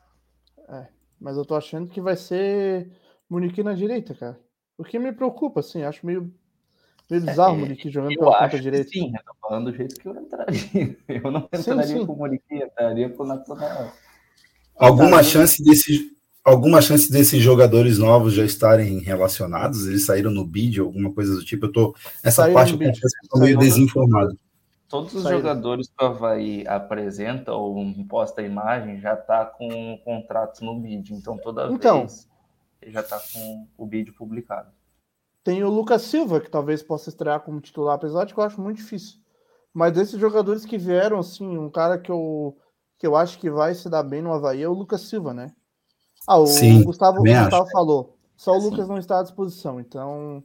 Mas eu tô achando que vai ser Muriqui na direita, cara. O que me preocupa, assim, acho meio bizarro o Muriqui jogando pela ponta direita. Sim, eu tô falando do jeito que eu entraria. Eu não entraria com o Muriqui, entraria com o Natanael. Alguma chance desses jogadores novos já estarem relacionados? Eles saíram no bid, alguma coisa do tipo? Essa parte eu confesso que estou meio desinformado. Todos os jogadores que o Avaí apresenta ou posta a imagem já está com contratos no bid. Então, toda vez ele já está com o bid publicado. Tem o Lucas Silva, que talvez possa estrear como titular, apesar de que eu acho muito difícil. Mas desses jogadores que vieram, assim, um cara que eu acho que vai se dar bem no Avaí é o Lucas Silva, né? O Gustavo falou. Só o Lucas não está à disposição, então...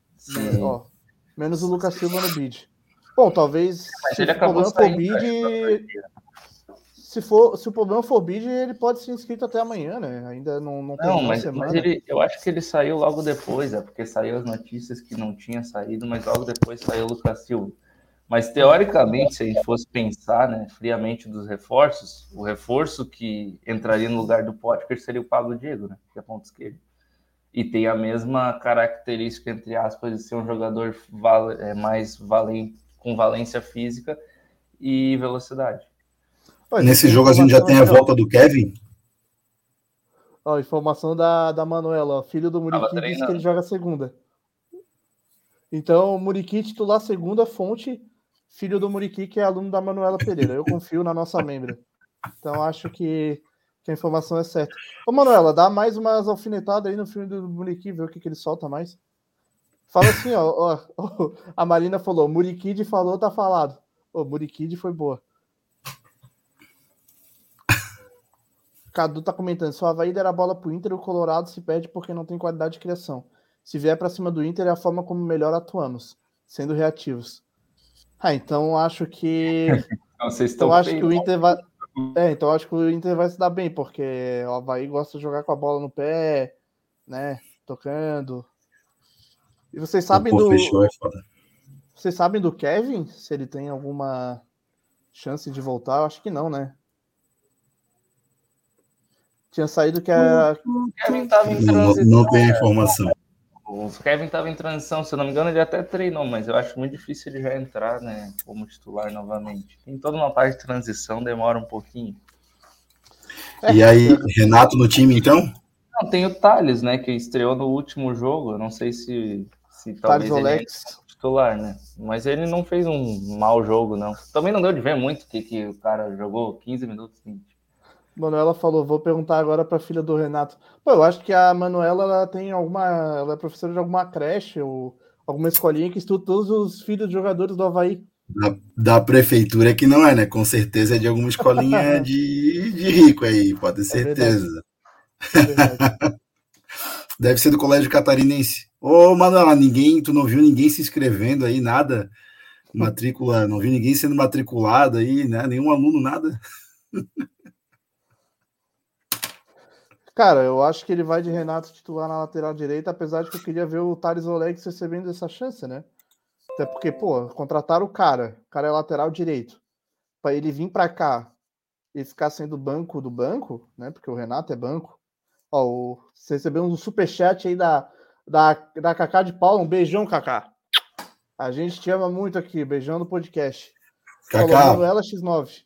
menos o Lucas Silva no bid. Bom, talvez se o problema for bid... Se o problema for bid, ele pode ser inscrito até amanhã, né? Ainda não tem uma semana. Mas eu acho que ele saiu logo depois, porque saiu as notícias que não tinha saído, mas logo depois saiu o Lucas Silva. Mas, teoricamente, se a gente fosse pensar, né, friamente dos reforços, o reforço que entraria no lugar do Potker seria o Pablo Diego, né, que é ponto esquerdo. E tem a mesma característica, entre aspas, de ser um jogador mais valente, com valência física e velocidade. Nesse jogo a gente já tem a volta do Kevin? Informação da Manuela, filho do Muriqui, disse que ele joga segunda. Então, Muriqui titular segunda, fonte, filho do Muriqui, que é aluno da Manuela Pereira. Eu confio na nossa membra. Então, acho que a informação é certa. Ô, Manuela, dá mais umas alfinetadas aí no filme do Muriqui, ver o que ele solta mais. Fala assim, a Marina falou, Muriqui falou, tá falado. Muriqui foi boa. Cadu tá comentando, se o Avaí der a bola pro Inter, o Colorado se perde porque não tem qualidade de criação. Se vier para cima do Inter, é a forma como melhor atuamos, sendo reativos. Então acho que... Então acho que o Inter vai... então acho que o Inter vai se dar bem, porque o Avaí gosta de jogar com a bola no pé, né, tocando. E vocês sabem Vocês sabem do Kevin? Se ele tem alguma chance de voltar? Eu acho que não, né? Tinha saído que o Kevin estava em transição. Não tem informação. O Kevin estava em transição, se eu não me engano, ele até treinou, mas eu acho muito difícil ele já entrar, né, como titular novamente. Tem toda uma parte de transição, demora um pouquinho. E aí, Renato no time, então? Não, tem o Thales, né, que estreou no último jogo, eu não sei se talvez ele entre como titular, né, mas ele não fez um mau jogo, não. Também não deu de ver muito que o cara jogou 15 minutos, 20. Manuela falou, vou perguntar agora para a filha do Renato. Eu acho que a Manuela ela é professora de alguma creche ou alguma escolinha que estuda todos os filhos de jogadores do Avaí. Da prefeitura que não é, né? Com certeza é de alguma escolinha de rico aí, pode ter certeza. Deve ser do Colégio Catarinense. Ô, Manuela, tu não viu ninguém se inscrevendo aí, nada? Matrícula, não viu ninguém sendo matriculado aí, né? Nenhum aluno, nada? Cara, eu acho que ele vai de Renato titular na lateral direita, apesar de que eu queria ver o Thales Olex recebendo essa chance, né? Até porque, contrataram o cara é lateral direito. Para ele vir para cá e ficar sendo banco do banco, né? Porque o Renato é banco. Você recebeu um superchat aí da Cacá de Paula. Um beijão, Cacá. A gente te ama muito aqui. Beijão no podcast. Cacá. Manuela X9.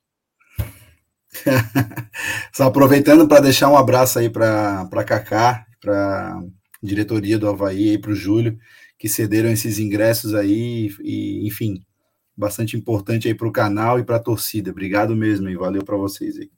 Só aproveitando para deixar um abraço aí para Cacá, para diretoria do Avaí e para o Júlio, que cederam esses ingressos aí, e enfim, bastante importante aí para o canal e para a torcida. Obrigado mesmo e valeu para vocês aí.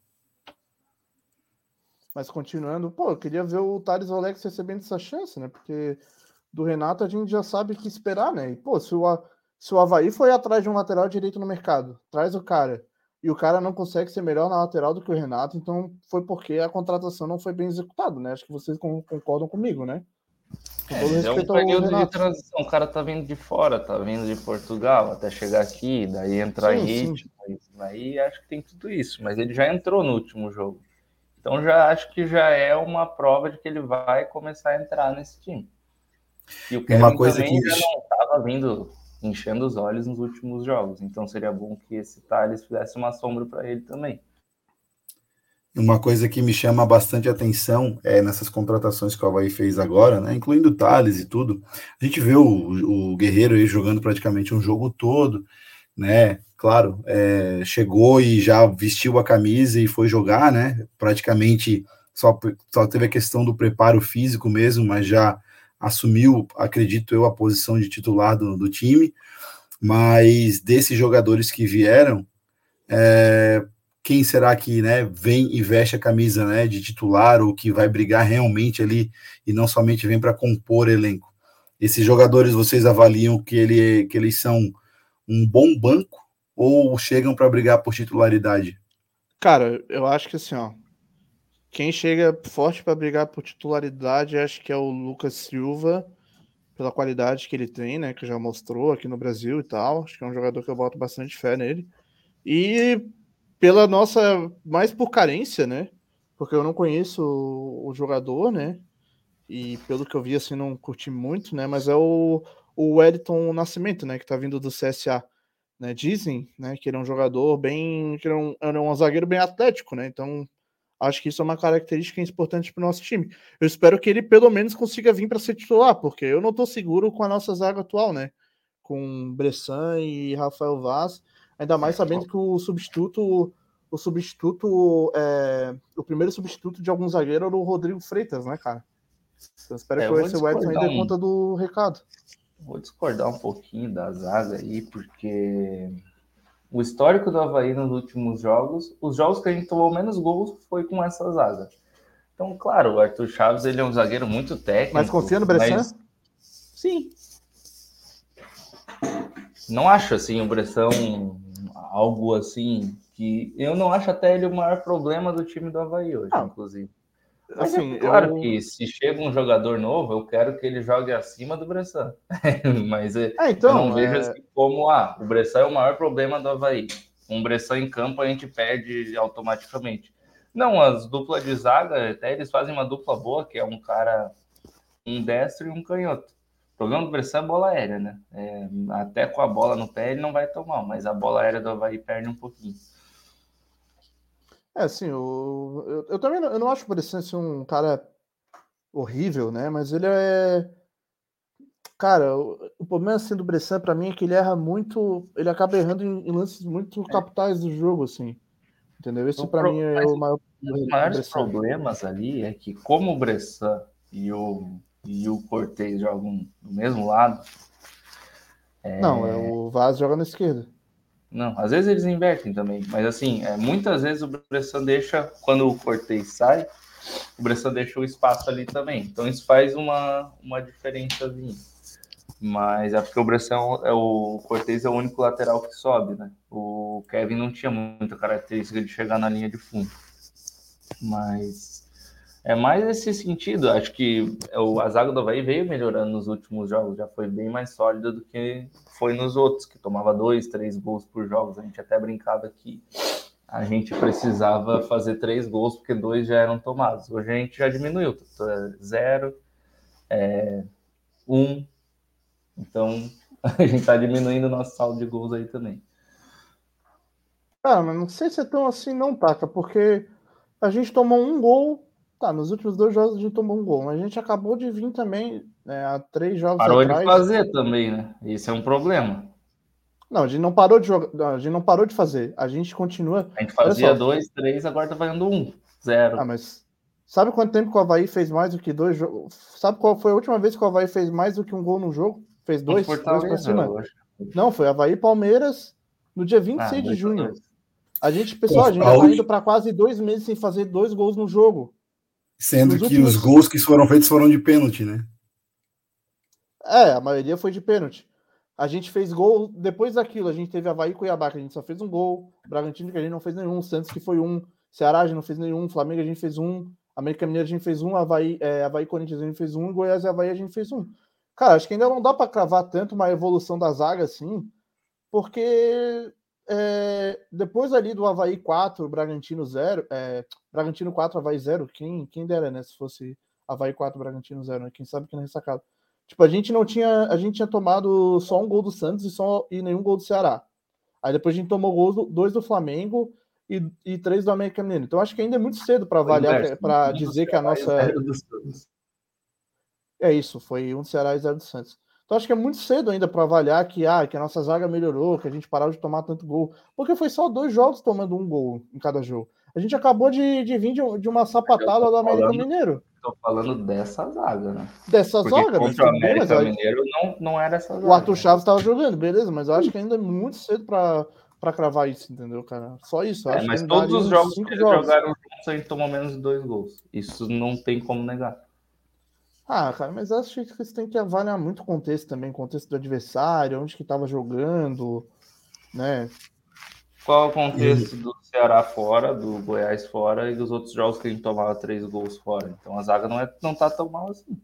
Mas continuando, pô, eu queria ver o Thales Alex recebendo essa chance, né? Porque do Renato a gente já sabe o que esperar, né? E, pô, se o Avaí foi atrás de um lateral direito no mercado, traz o cara, e o cara não consegue ser melhor na lateral do que o Renato, então foi porque a contratação não foi bem executada, né? Acho que vocês concordam comigo, né? Com todo respeito ao período de transição, o cara tá vindo de fora, tá vindo de Portugal até chegar aqui, daí entrar em ritmo, aí acho que tem tudo isso, mas ele já entrou no último jogo. Então já acho que já é uma prova de que ele vai começar a entrar nesse time. E o Kevin também já não estava vindo enchendo os olhos nos últimos jogos, então seria bom que esse Thales fizesse uma sombra para ele também. Uma coisa que me chama bastante atenção nessas contratações que o Avaí fez agora, né, incluindo o Thales e tudo, a gente vê o Guerreiro aí jogando praticamente um jogo todo, né, claro, chegou e já vestiu a camisa e foi jogar, né, praticamente só teve a questão do preparo físico mesmo, mas já assumiu, acredito eu, a posição de titular do time, mas desses jogadores que vieram, quem será que, né, vem e veste a camisa, né, de titular ou que vai brigar realmente ali e não somente vem para compor elenco? Esses jogadores, vocês avaliam que eles são um bom banco ou chegam para brigar por titularidade? Cara, eu acho que assim, ó, quem chega forte para brigar por titularidade, acho que é o Lucas Silva, pela qualidade que ele tem, né, que já mostrou aqui no Brasil e tal. Acho que é um jogador que eu boto bastante fé nele. E pela nossa, mais por carência, né, porque eu não conheço o jogador, né, e pelo que eu vi, assim, não curti muito, né, mas é o Wellington Nascimento, né, que tá vindo do CSA. Né, dizem, né, que ele é um jogador bem, que era um zagueiro bem atlético, né, então acho que isso é uma característica importante para o nosso time. Eu espero que ele pelo menos consiga vir para ser titular, porque eu não estou seguro com a nossa zaga atual, né, com Bressan e Rafael Vaz, ainda mais sabendo que o primeiro substituto de algum zagueiro era o Rodrigo Freitas, né, cara? Então espero que esse Wellington aí dê conta do recado. Vou discordar um pouquinho da zaga aí, porque o histórico do Avaí nos últimos jogos, os jogos que a gente tomou menos gols foi com essa zaga. Então, claro, o Arthur Chaves ele é um zagueiro muito técnico. Mas confia no Bressan? Sim. Não acho, assim, o Bressan algo assim que... Eu não acho até ele o maior problema do time do Avaí hoje, inclusive. Mas assim, claro que se chega um jogador novo, eu quero que ele jogue acima do Bressan. Mas então, eu não vejo assim como o Bressan é o maior problema do Avaí. Um Bressan em campo a gente perde automaticamente. Não, as duplas de zaga, até eles fazem uma dupla boa, que é um cara, um destro e um canhoto. O problema do Bressan é bola aérea, né? Até com a bola no pé ele não vai tomar, mas a bola aérea do Avaí perde um pouquinho. Assim, eu também eu não acho o Bressan ser um cara horrível, né? Mas ele é... Cara, o problema assim, do Bressan pra mim é que ele erra muito, ele acaba errando em lances muito capitais do jogo, assim. Entendeu? Esse pra mim é o maior... Os maiores problemas ali é que como o Bressan e o Cortez jogam do mesmo lado... Não, o Vaz joga na esquerda. Não, às vezes eles invertem também, mas assim, muitas vezes o Bressan deixa, quando o Cortez sai, o Bressan deixa o espaço ali também. Então isso faz uma diferençazinha. Mas é porque o Bressan, o Cortez é o único lateral que sobe, né? O Kevin não tinha muita característica de chegar na linha de fundo. Mas é mais nesse sentido. Acho que a zaga do Avaí veio melhorando nos últimos jogos, já foi bem mais sólida do que foi nos outros, que tomava 2, 3 gols por jogo. A gente até brincava que a gente precisava fazer 3 gols, porque 2 já eram tomados. Hoje a gente já diminuiu, 0, 1. Então a gente tá diminuindo o nosso saldo de gols aí também. Cara, mas não sei se é tão assim não, Taca, porque a gente tomou um gol. Tá, nos últimos 2 jogos a gente tomou um gol, mas a gente acabou de vir também, há 3 jogos Parou atrás. De fazer também, né? Isso é um problema. Não, a gente não parou de jogar, a gente não parou de fazer. A gente continua. A gente fazia 2, 3, agora tá fazendo 1, 0. Ah, mas sabe quanto tempo que o Avaí fez mais do que 2 jogos? Sabe qual foi a última vez que o Avaí fez mais do que um gol no jogo? Fez 2 pra cima? Não, foi Avaí e Palmeiras no dia 26 de junho. A gente, pessoal, a gente já tá indo para quase 2 meses sem fazer 2 gols no jogo. Sendo que os gols que foram feitos foram de pênalti, né? A maioria foi de pênalti. A gente fez gol, depois daquilo, a gente teve Avaí e Cuiabá, que a gente só fez um gol, Bragantino que a gente não fez nenhum, Santos que foi um, Ceará a gente não fez nenhum, Flamengo a gente fez um, América Mineira a gente fez um, Avaí e Corinthians a gente fez um, Goiás e Avaí a gente fez um. Cara, acho que ainda não dá para cravar tanto uma evolução da zaga assim, porque depois ali do Avaí 4, Bragantino 0, Bragantino 4, Avaí 0, quem dera, né, se fosse Avaí 4, Bragantino 0, né? Quem sabe que não é ressacado. Tipo, a gente tinha tomado só um gol do Santos e nenhum gol do Ceará. Aí depois a gente tomou 2 do Flamengo e 3 do América Mineiro. Então acho que ainda é muito cedo para avaliar, para dizer que a nossa... É isso, foi 1 do Ceará e 0 do Santos. Então acho que é muito cedo ainda para avaliar que a nossa zaga melhorou, que a gente parou de tomar tanto gol. Porque foi só 2 jogos tomando um gol em cada jogo. A gente acabou de vir de uma sapatada do América Mineiro. Tô falando dessa zaga, né? Dessa zaga, contra o América Mineiro não era essa zaga. O Arthur Chaves estava jogando, beleza, mas eu acho que ainda é muito cedo para cravar isso, entendeu, cara? Só isso. Eu acho mas que todos os jogos que eles jogaram juntos, a gente tomou menos de 2 gols. Isso não tem como negar. Cara, mas eu acho que você tem que avaliar muito o contexto também, contexto do adversário, onde que estava jogando, né? Qual o contexto do Ceará fora, do Goiás fora e dos outros jogos que a gente tomava 3 gols fora? Então a zaga não tá tão mal assim.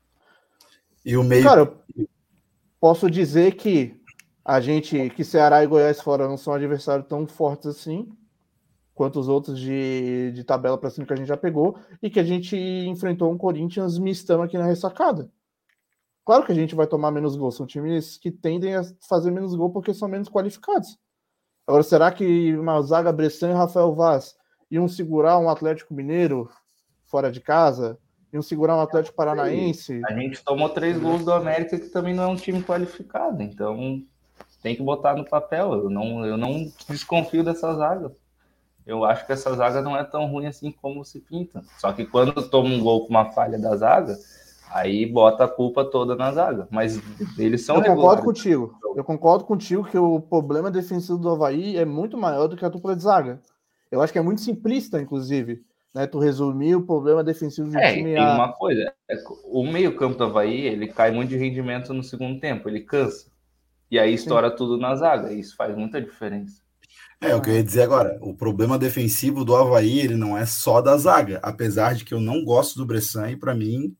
E o meio... Cara, eu posso dizer que que Ceará e Goiás fora não são adversários tão fortes assim quanto os outros de tabela para cima que a gente já pegou e que a gente enfrentou um Corinthians mistão aqui na ressacada. Claro que a gente vai tomar menos gols, são times que tendem a fazer menos gol porque são menos qualificados. Agora, será que uma zaga Bressan e Rafael Vaz iam segurar um Atlético Mineiro fora de casa? Iam segurar um Atlético Paranaense? A gente tomou 3 gols do América, que também não é um time qualificado. Então, tem que botar no papel. Eu não desconfio dessa zaga. Eu acho que essa zaga não é tão ruim assim como se pinta. Só que quando toma um gol com uma falha da zaga, aí bota a culpa toda na zaga. Mas eles são regulares. Eu concordo contigo que o problema defensivo do Avaí é muito maior do que a dupla de zaga. Eu acho que é muito simplista, inclusive, né? Tu resumir o problema defensivo do time. Tem uma coisa. O meio-campo do Avaí, ele cai muito de rendimento no segundo tempo, ele cansa. E aí estoura tudo na zaga. E isso faz muita diferença. O que eu ia dizer agora, o problema defensivo do Avaí, ele não é só da zaga, apesar de que eu não gosto do Bressan e para mim,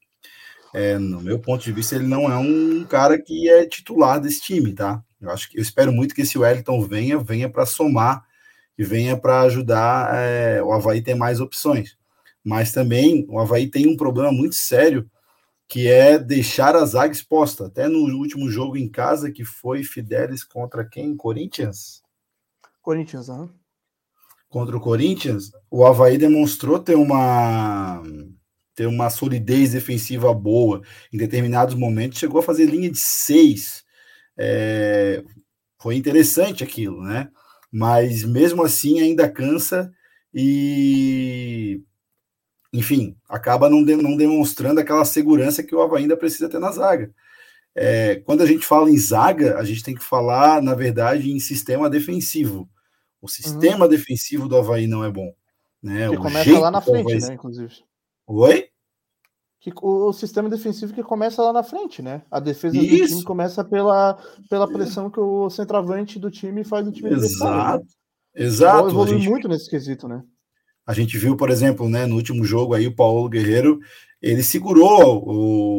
no meu ponto de vista, ele não é um cara que é titular desse time, tá? Eu espero muito que esse Wellington venha para somar e venha para ajudar o Avaí ter mais opções. Mas também o Avaí tem um problema muito sério, que é deixar a zaga exposta. Até no último jogo em casa, que foi Fidelis contra quem? Corinthians? Corinthians, Contra o Corinthians, o Avaí demonstrou ter uma solidez defensiva boa. Em determinados momentos, chegou a fazer linha de 6. Foi interessante aquilo, né? Mas, mesmo assim, ainda cansa e, enfim, acaba não demonstrando aquela segurança que o Avaí ainda precisa ter na zaga. Quando a gente fala em zaga, a gente tem que falar, na verdade, em sistema defensivo. O sistema defensivo do Avaí não é bom. Né? Que começa lá na frente, Avaí... né, inclusive. Oi? O sistema defensivo que começa lá na frente, né? A defesa do time começa pela pressão que o centroavante do time faz no time adversário. Exato. Evolui muito nesse quesito, né? A gente viu, por exemplo, né, no último jogo aí, o Paulo Guerreiro, ele segurou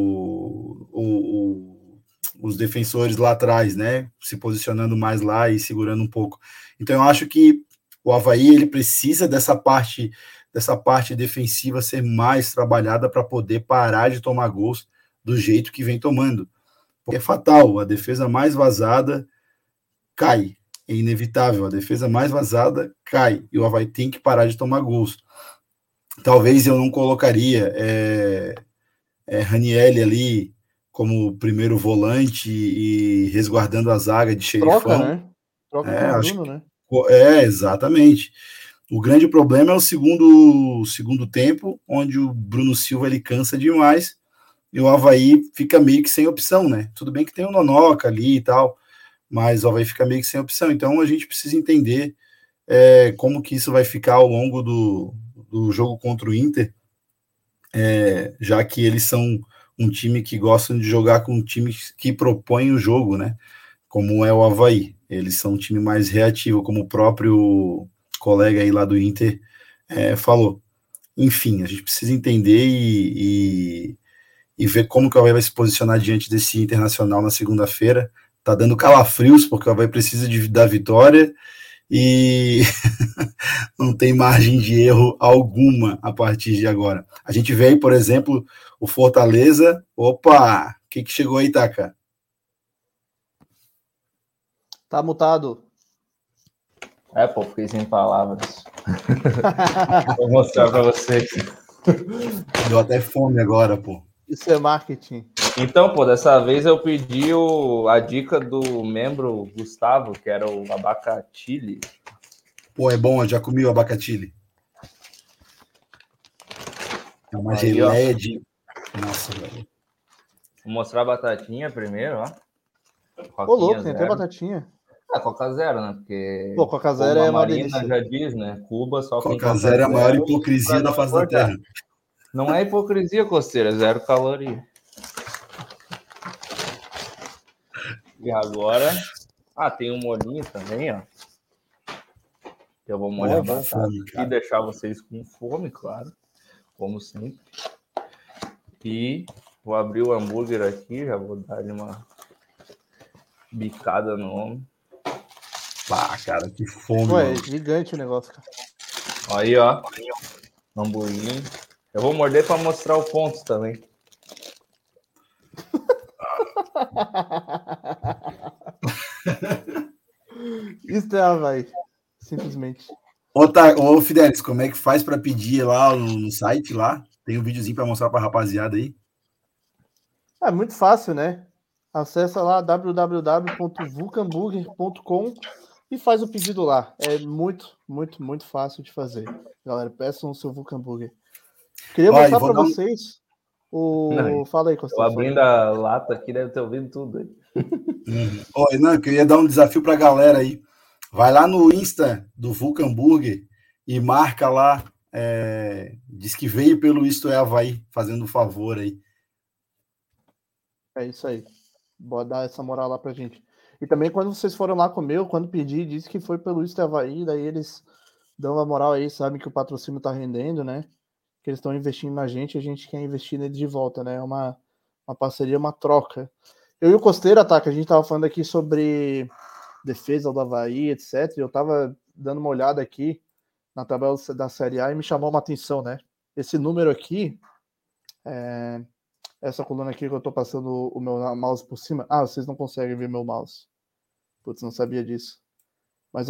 os defensores lá atrás, né? Se posicionando mais lá e segurando um pouco. Então, eu acho que o Avaí, ele precisa dessa parte defensiva ser mais trabalhada para poder parar de tomar gols do jeito que vem tomando. Porque é fatal, a defesa mais vazada cai, é inevitável, a defesa mais vazada cai, e o Avaí tem que parar de tomar gols. Talvez eu não colocaria Ranielli ali como primeiro volante e resguardando a zaga de xerifão. Troca, né? Troca com o Bruno, né? Exatamente. O grande problema é o segundo tempo, onde o Bruno Silva ele cansa demais e o Avaí fica meio que sem opção, né? Tudo bem que tem o Nonoca ali e tal, mas o Avaí fica meio que sem opção. Então a gente precisa entender como que isso vai ficar ao longo do jogo contra o Inter, já que eles são um time que gostam de jogar com times que propõem o jogo, né? Como é o Avaí. Eles são um time mais reativo, como o próprio colega aí lá do Inter falou. Enfim, a gente precisa entender e ver como que o Avaí vai se posicionar diante desse Internacional na segunda-feira. Tá dando calafrios, porque o Avaí precisa da vitória e não tem margem de erro alguma a partir de agora. A gente vê aí, por exemplo, o Fortaleza. Opa! O que chegou aí, Taka? Tá mutado. Pô, fiquei sem palavras. Vou mostrar para vocês. Deu até fome agora, pô. Isso é marketing. Então, pô, dessa vez eu pedi a dica do membro Gustavo, que era o abacatile. Pô, é bom, eu já comi o abacatile. É uma Aí, geleia ó. de... Nossa, velho. Vou mostrar a batatinha primeiro, ó. Ô, louco, tem até batatinha. Coca Zero, né? Porque... Pô, Coca Zero é uma delícia. já diz, né? Cuba só tem Coca Zero é a maior hipocrisia da face da Terra. Não é hipocrisia, Costeira, 0 caloria. E agora... tem um molhinho também, ó. Eu vou molhar e deixar vocês com fome, claro. Como sempre. E vou abrir o hambúrguer aqui, já vou dar-lhe uma bicada no homem. Cara, que fome. Ué, é gigante o negócio, cara. Aí, ó. Hambúrguer. Eu vou morder para mostrar o ponto também. Isso é Avaí. Simplesmente. Ô, Fidelis, como é que faz para pedir lá no site lá? Tem um videozinho para mostrar para a rapaziada aí. É muito fácil, né? Acessa lá www.vulcamburger.com e faz o pedido lá. É muito, muito, muito fácil de fazer. Galera, peçam o seu Vulcamburger. Queria mostrar para vocês o... Fala aí, Costa. Eu abrindo a lata aqui, deve ter ouvido tudo aí. Eu queria dar um desafio para a galera aí. Vai lá no Insta do Vulcamburger e marca lá, diz que veio pelo Isto é Avaí, fazendo um favor aí. É isso aí. Bora dar essa moral lá pra gente. E também quando vocês foram lá comer, quando pedir, diz que foi pelo Isto é Avaí, daí eles dão uma moral aí, sabem que o patrocínio tá rendendo, né? Que eles estão investindo na gente, a gente quer investir neles de volta, né? É uma parceria, uma troca. Eu e o Costeira, tá? Que a gente tava falando aqui sobre defesa do Avaí, etc. Eu tava dando uma olhada aqui na tabela da Série A e me chamou uma atenção, né? Esse número aqui, essa coluna aqui que eu tô passando o meu mouse por cima. Vocês não conseguem ver meu mouse. Putz, não sabia disso. Mas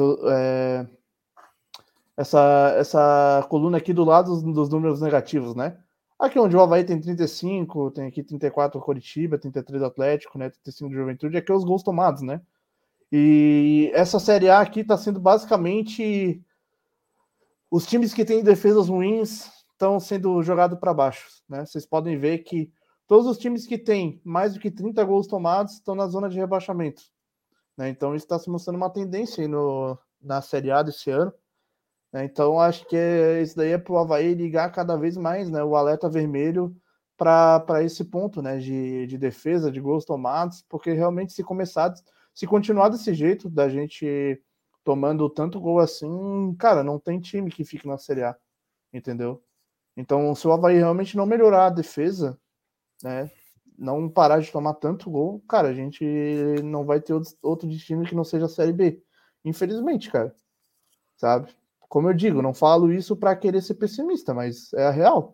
essa coluna aqui do lado dos números negativos, né? Aqui onde o Avaí tem 35, tem aqui 34 Coritiba, 33 Atlético, né? 35 Juventude, aqui é os gols tomados, né? E essa Série A aqui está sendo basicamente os times que têm defesas ruins estão sendo jogados para baixo, né? Vocês podem ver que todos os times que têm mais do que 30 gols tomados estão na zona de rebaixamento, né? Então isso está se mostrando uma tendência aí na Série A desse ano, né? Então acho que isso daí é para o Avaí ligar cada vez mais, né, o alerta vermelho para esse ponto, né, de defesa, de gols tomados, porque realmente se continuar desse jeito, da gente tomando tanto gol assim, cara, não tem time que fique na Série A, entendeu? Então, se o Avaí realmente não melhorar a defesa, né, não parar de tomar tanto gol, cara, a gente não vai ter outro destino que não seja a Série B. Infelizmente, cara, sabe? Como eu digo, não falo isso para querer ser pessimista, mas é a real.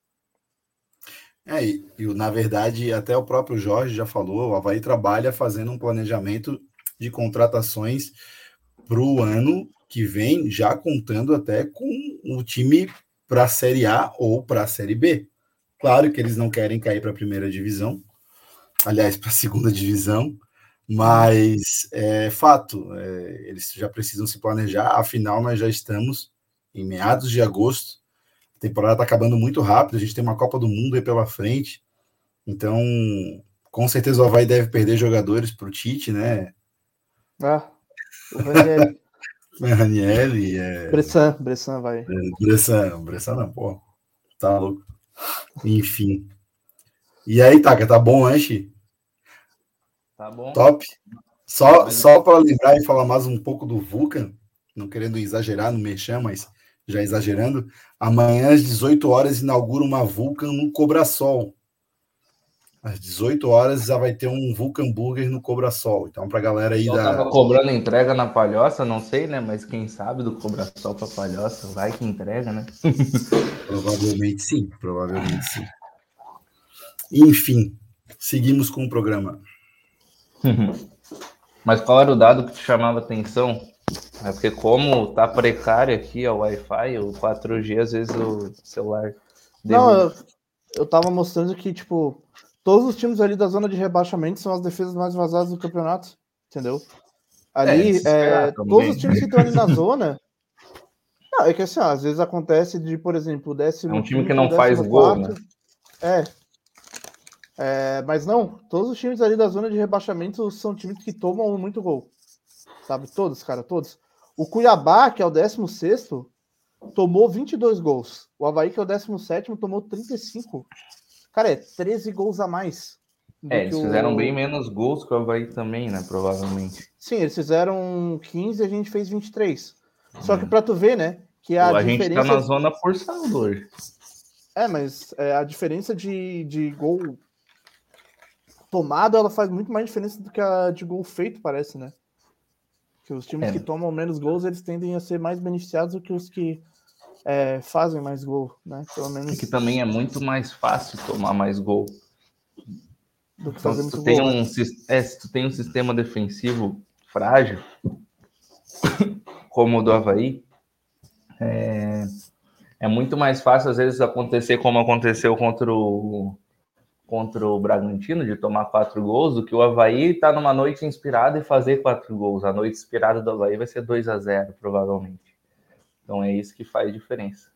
Na verdade, até o próprio Jorge já falou, o Avaí trabalha fazendo um planejamento de contratações para o ano que vem, já contando até com o time para a Série A ou para a Série B. Claro que eles não querem cair para a primeira divisão, aliás, para a segunda divisão, Mas é fato, eles já precisam se planejar, afinal nós já estamos em meados de agosto, a temporada está acabando muito rápido, a gente tem uma Copa do Mundo aí pela frente, então com certeza o Avaí deve perder jogadores para o Tite, né? O Ranieri. Ranieri, Bressan vai. Bressan não, pô, tá louco. Enfim. E aí, Taka, tá bom o lanche? Tá bom. Top. Só para lembrar e falar mais um pouco do Vulcan, não querendo exagerar no merchan, mas já exagerando, amanhã às 18 horas inaugura uma Vulcan no Cobrasol. Às 18 horas já vai ter um Vulcan Burger no Cobrasol. Então, para a galera aí Tava cobrando entrega na Palhoça, não sei, né? Mas quem sabe do Cobrasol para Palhoça, vai que entrega, né? Provavelmente sim. Enfim, seguimos com o programa. Mas qual era o dado que te chamava atenção? É porque como tá precário aqui o Wi-Fi, o 4G, às vezes o celular... Não, eu tava mostrando que, tipo, todos os times ali da zona de rebaixamento são as defesas mais vazadas do campeonato, entendeu? Ali, todos os times que estão ali na zona... Não, é que assim, às vezes acontece de, por exemplo, o 15º... É um time que não faz gol, né? Mas não, todos os times ali da zona de rebaixamento são times que tomam muito gol. Sabe? Todos, cara, todos. O Cuiabá, que é o 16º, tomou 22 gols. O Avaí, que é o 17º, tomou 35. Cara, é 13 gols a mais. Eles fizeram bem menos gols que o Avaí também, né? Provavelmente. Sim, eles fizeram 15 e a gente fez 23. Só que pra tu ver, né? Que a gente diferença... tá na zona por saldo hoje. Mas a diferença de gol tomado, ela faz muito mais diferença do que a de gol feito, parece, né? Que os times que tomam menos gols, eles tendem a ser mais beneficiados do que os que fazem mais gol, né? Pelo menos... Que também é muito mais fácil tomar mais gol do que fazer muito gol. Se tu tem um sistema defensivo frágil, como o do Avaí, é muito mais fácil, às vezes, acontecer como aconteceu contra o Bragantino, de tomar 4 gols, do que o Avaí tá numa noite inspirada e fazer 4 gols. A noite inspirada do Avaí vai ser 2-0, provavelmente. Então é isso que faz diferença.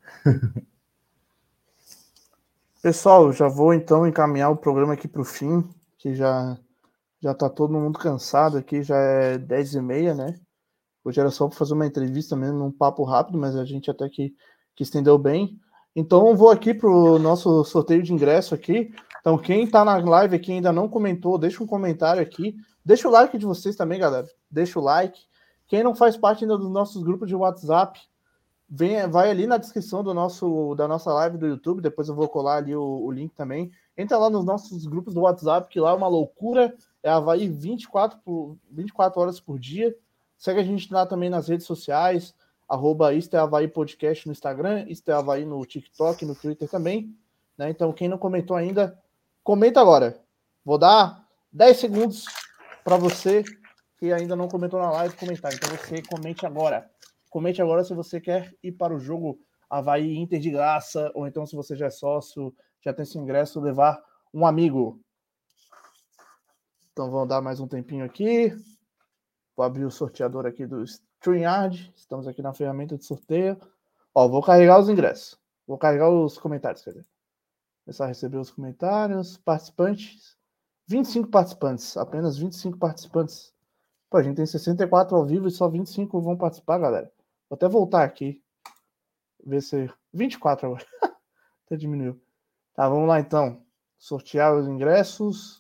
Pessoal, já vou então encaminhar o programa aqui para o fim, que já tá todo mundo cansado aqui, já é 10h30, né? Hoje era só para fazer uma entrevista mesmo, um papo rápido, mas a gente até que estendeu bem. Então eu vou aqui para o nosso sorteio de ingresso aqui. Então quem está na live aqui ainda não comentou, deixa um comentário aqui. Deixa o like de vocês também, galera. Deixa o like. Quem não faz parte ainda dos nossos grupos de WhatsApp, vai ali na descrição da nossa live do YouTube, depois eu vou colar ali o link também. Entra lá nos nossos grupos do WhatsApp, que lá é uma loucura, é Avaí 24 horas por dia. Segue a gente lá também nas redes sociais, @Isto é Avaí Podcast no Instagram, Isto é Avaí no TikTok, no Twitter também, né? Então quem não comentou ainda, comenta agora. Vou dar 10 segundos para você que ainda não comentou na live comentar. Então você comente agora. Comente agora se você quer ir para o jogo Avaí Inter de graça, ou então se você já é sócio, já tem seu ingresso, levar um amigo. Então vamos dar mais um tempinho aqui. Vou abrir o sorteador aqui do StreamYard. Estamos aqui na ferramenta de sorteio. Vou carregar os ingressos. Vou carregar os comentários, quer dizer. Começar a receber os comentários. Participantes. 25 participantes. Apenas 25 participantes. Pô, a gente tem 64 ao vivo e só 25 vão participar, galera. Vou até voltar aqui. Ver se... 24 agora. Até diminuiu. Tá, vamos lá então. Sortear os ingressos.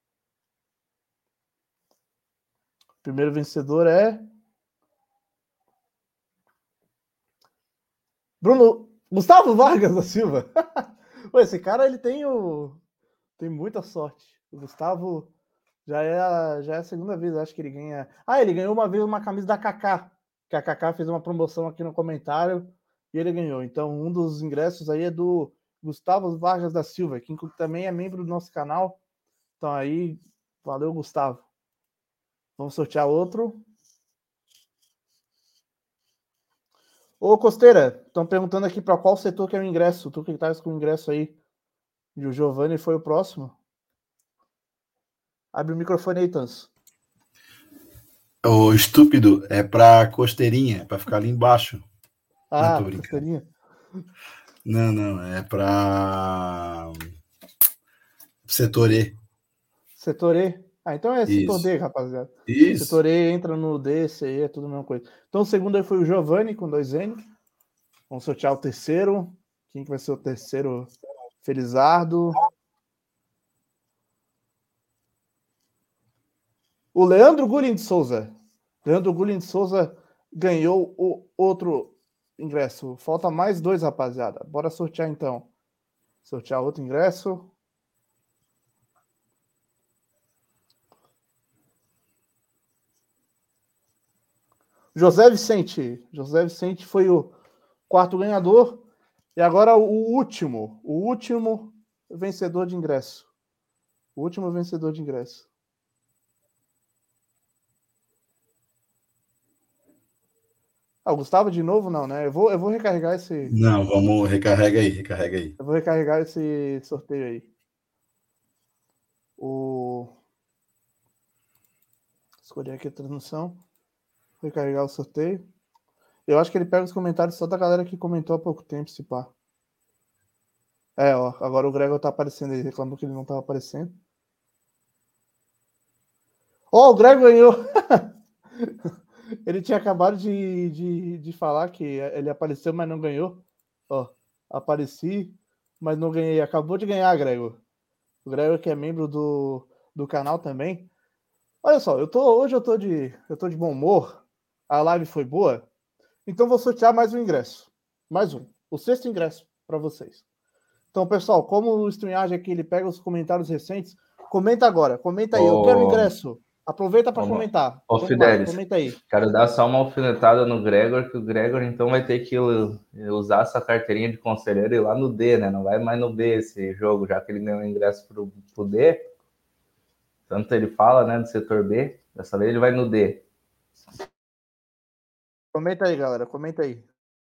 O primeiro vencedor é... Gustavo Vargas da Silva. Pô, esse cara, ele tem muita sorte. O Gustavo já é a segunda vez, acho que ele ganha. Ele ganhou uma vez uma camisa da Kaká, que a Kaká fez uma promoção aqui no comentário e ele ganhou. Então, um dos ingressos aí é do Gustavo Vargas da Silva, que também é membro do nosso canal. Então aí, valeu, Gustavo. Vamos sortear outro. Ô, Costeira, estão perguntando aqui para qual setor que é o ingresso. Tu que tá com o ingresso aí. E o Giovanni foi o próximo. Abre o microfone aí, Tanso. O estúpido é pra costeirinha, pra ficar ali embaixo. Ah, Não, tô brincando. costeirinha. Não, é pra setor E. Setor E. Ah, então é setor Isso. D, rapaziada. Isso. Setor E entra no D, C, E, é tudo a mesma coisa. Então o segundo aí foi o Giovanni com 2N. Vamos sortear o terceiro. Quem que vai ser o terceiro? Felizardo. O Leandro Gulin de Souza. Leandro Gulin de Souza ganhou o outro ingresso. Falta mais 2, rapaziada. Bora sortear então. Sortear outro ingresso. José Vicente foi o quarto ganhador. E agora o último vencedor de ingresso. O último vencedor de ingresso. Ah, o Gustavo de novo não, né? Eu vou recarregar esse... Não, vamos, recarrega aí. Eu vou recarregar esse sorteio aí. Escolher aqui a transmissão. Vou recarregar o sorteio. Eu acho que ele pega os comentários só da galera que comentou há pouco tempo, se pá. É, ó. Agora o Gregor tá aparecendo aí. Reclamou que ele não tava aparecendo. Ó, o Gregor ganhou! Ele tinha acabado de falar que ele apareceu, mas não ganhou. Ó, apareci, mas não ganhei. Acabou de ganhar, Gregor. O Gregor que é membro do canal também. Olha só, hoje eu tô de bom humor. A live foi boa. Então vou sortear mais um ingresso. Mais um. O sexto ingresso para vocês. Então, pessoal, como o StreamYard aqui, ele pega os comentários recentes, comenta agora. Comenta aí. Eu quero ingresso. Aproveita para comentar. Ô, Fidelis, comenta aí. Quero dar só uma alfinetada no Gregor, que o Gregor então vai ter que usar essa carteirinha de conselheiro e ir lá no D, né? Não vai mais no B esse jogo, já que ele ganhou ingresso pro D. Tanto ele fala, né, do setor B. Dessa vez ele vai no D. Comenta aí, galera. Comenta aí.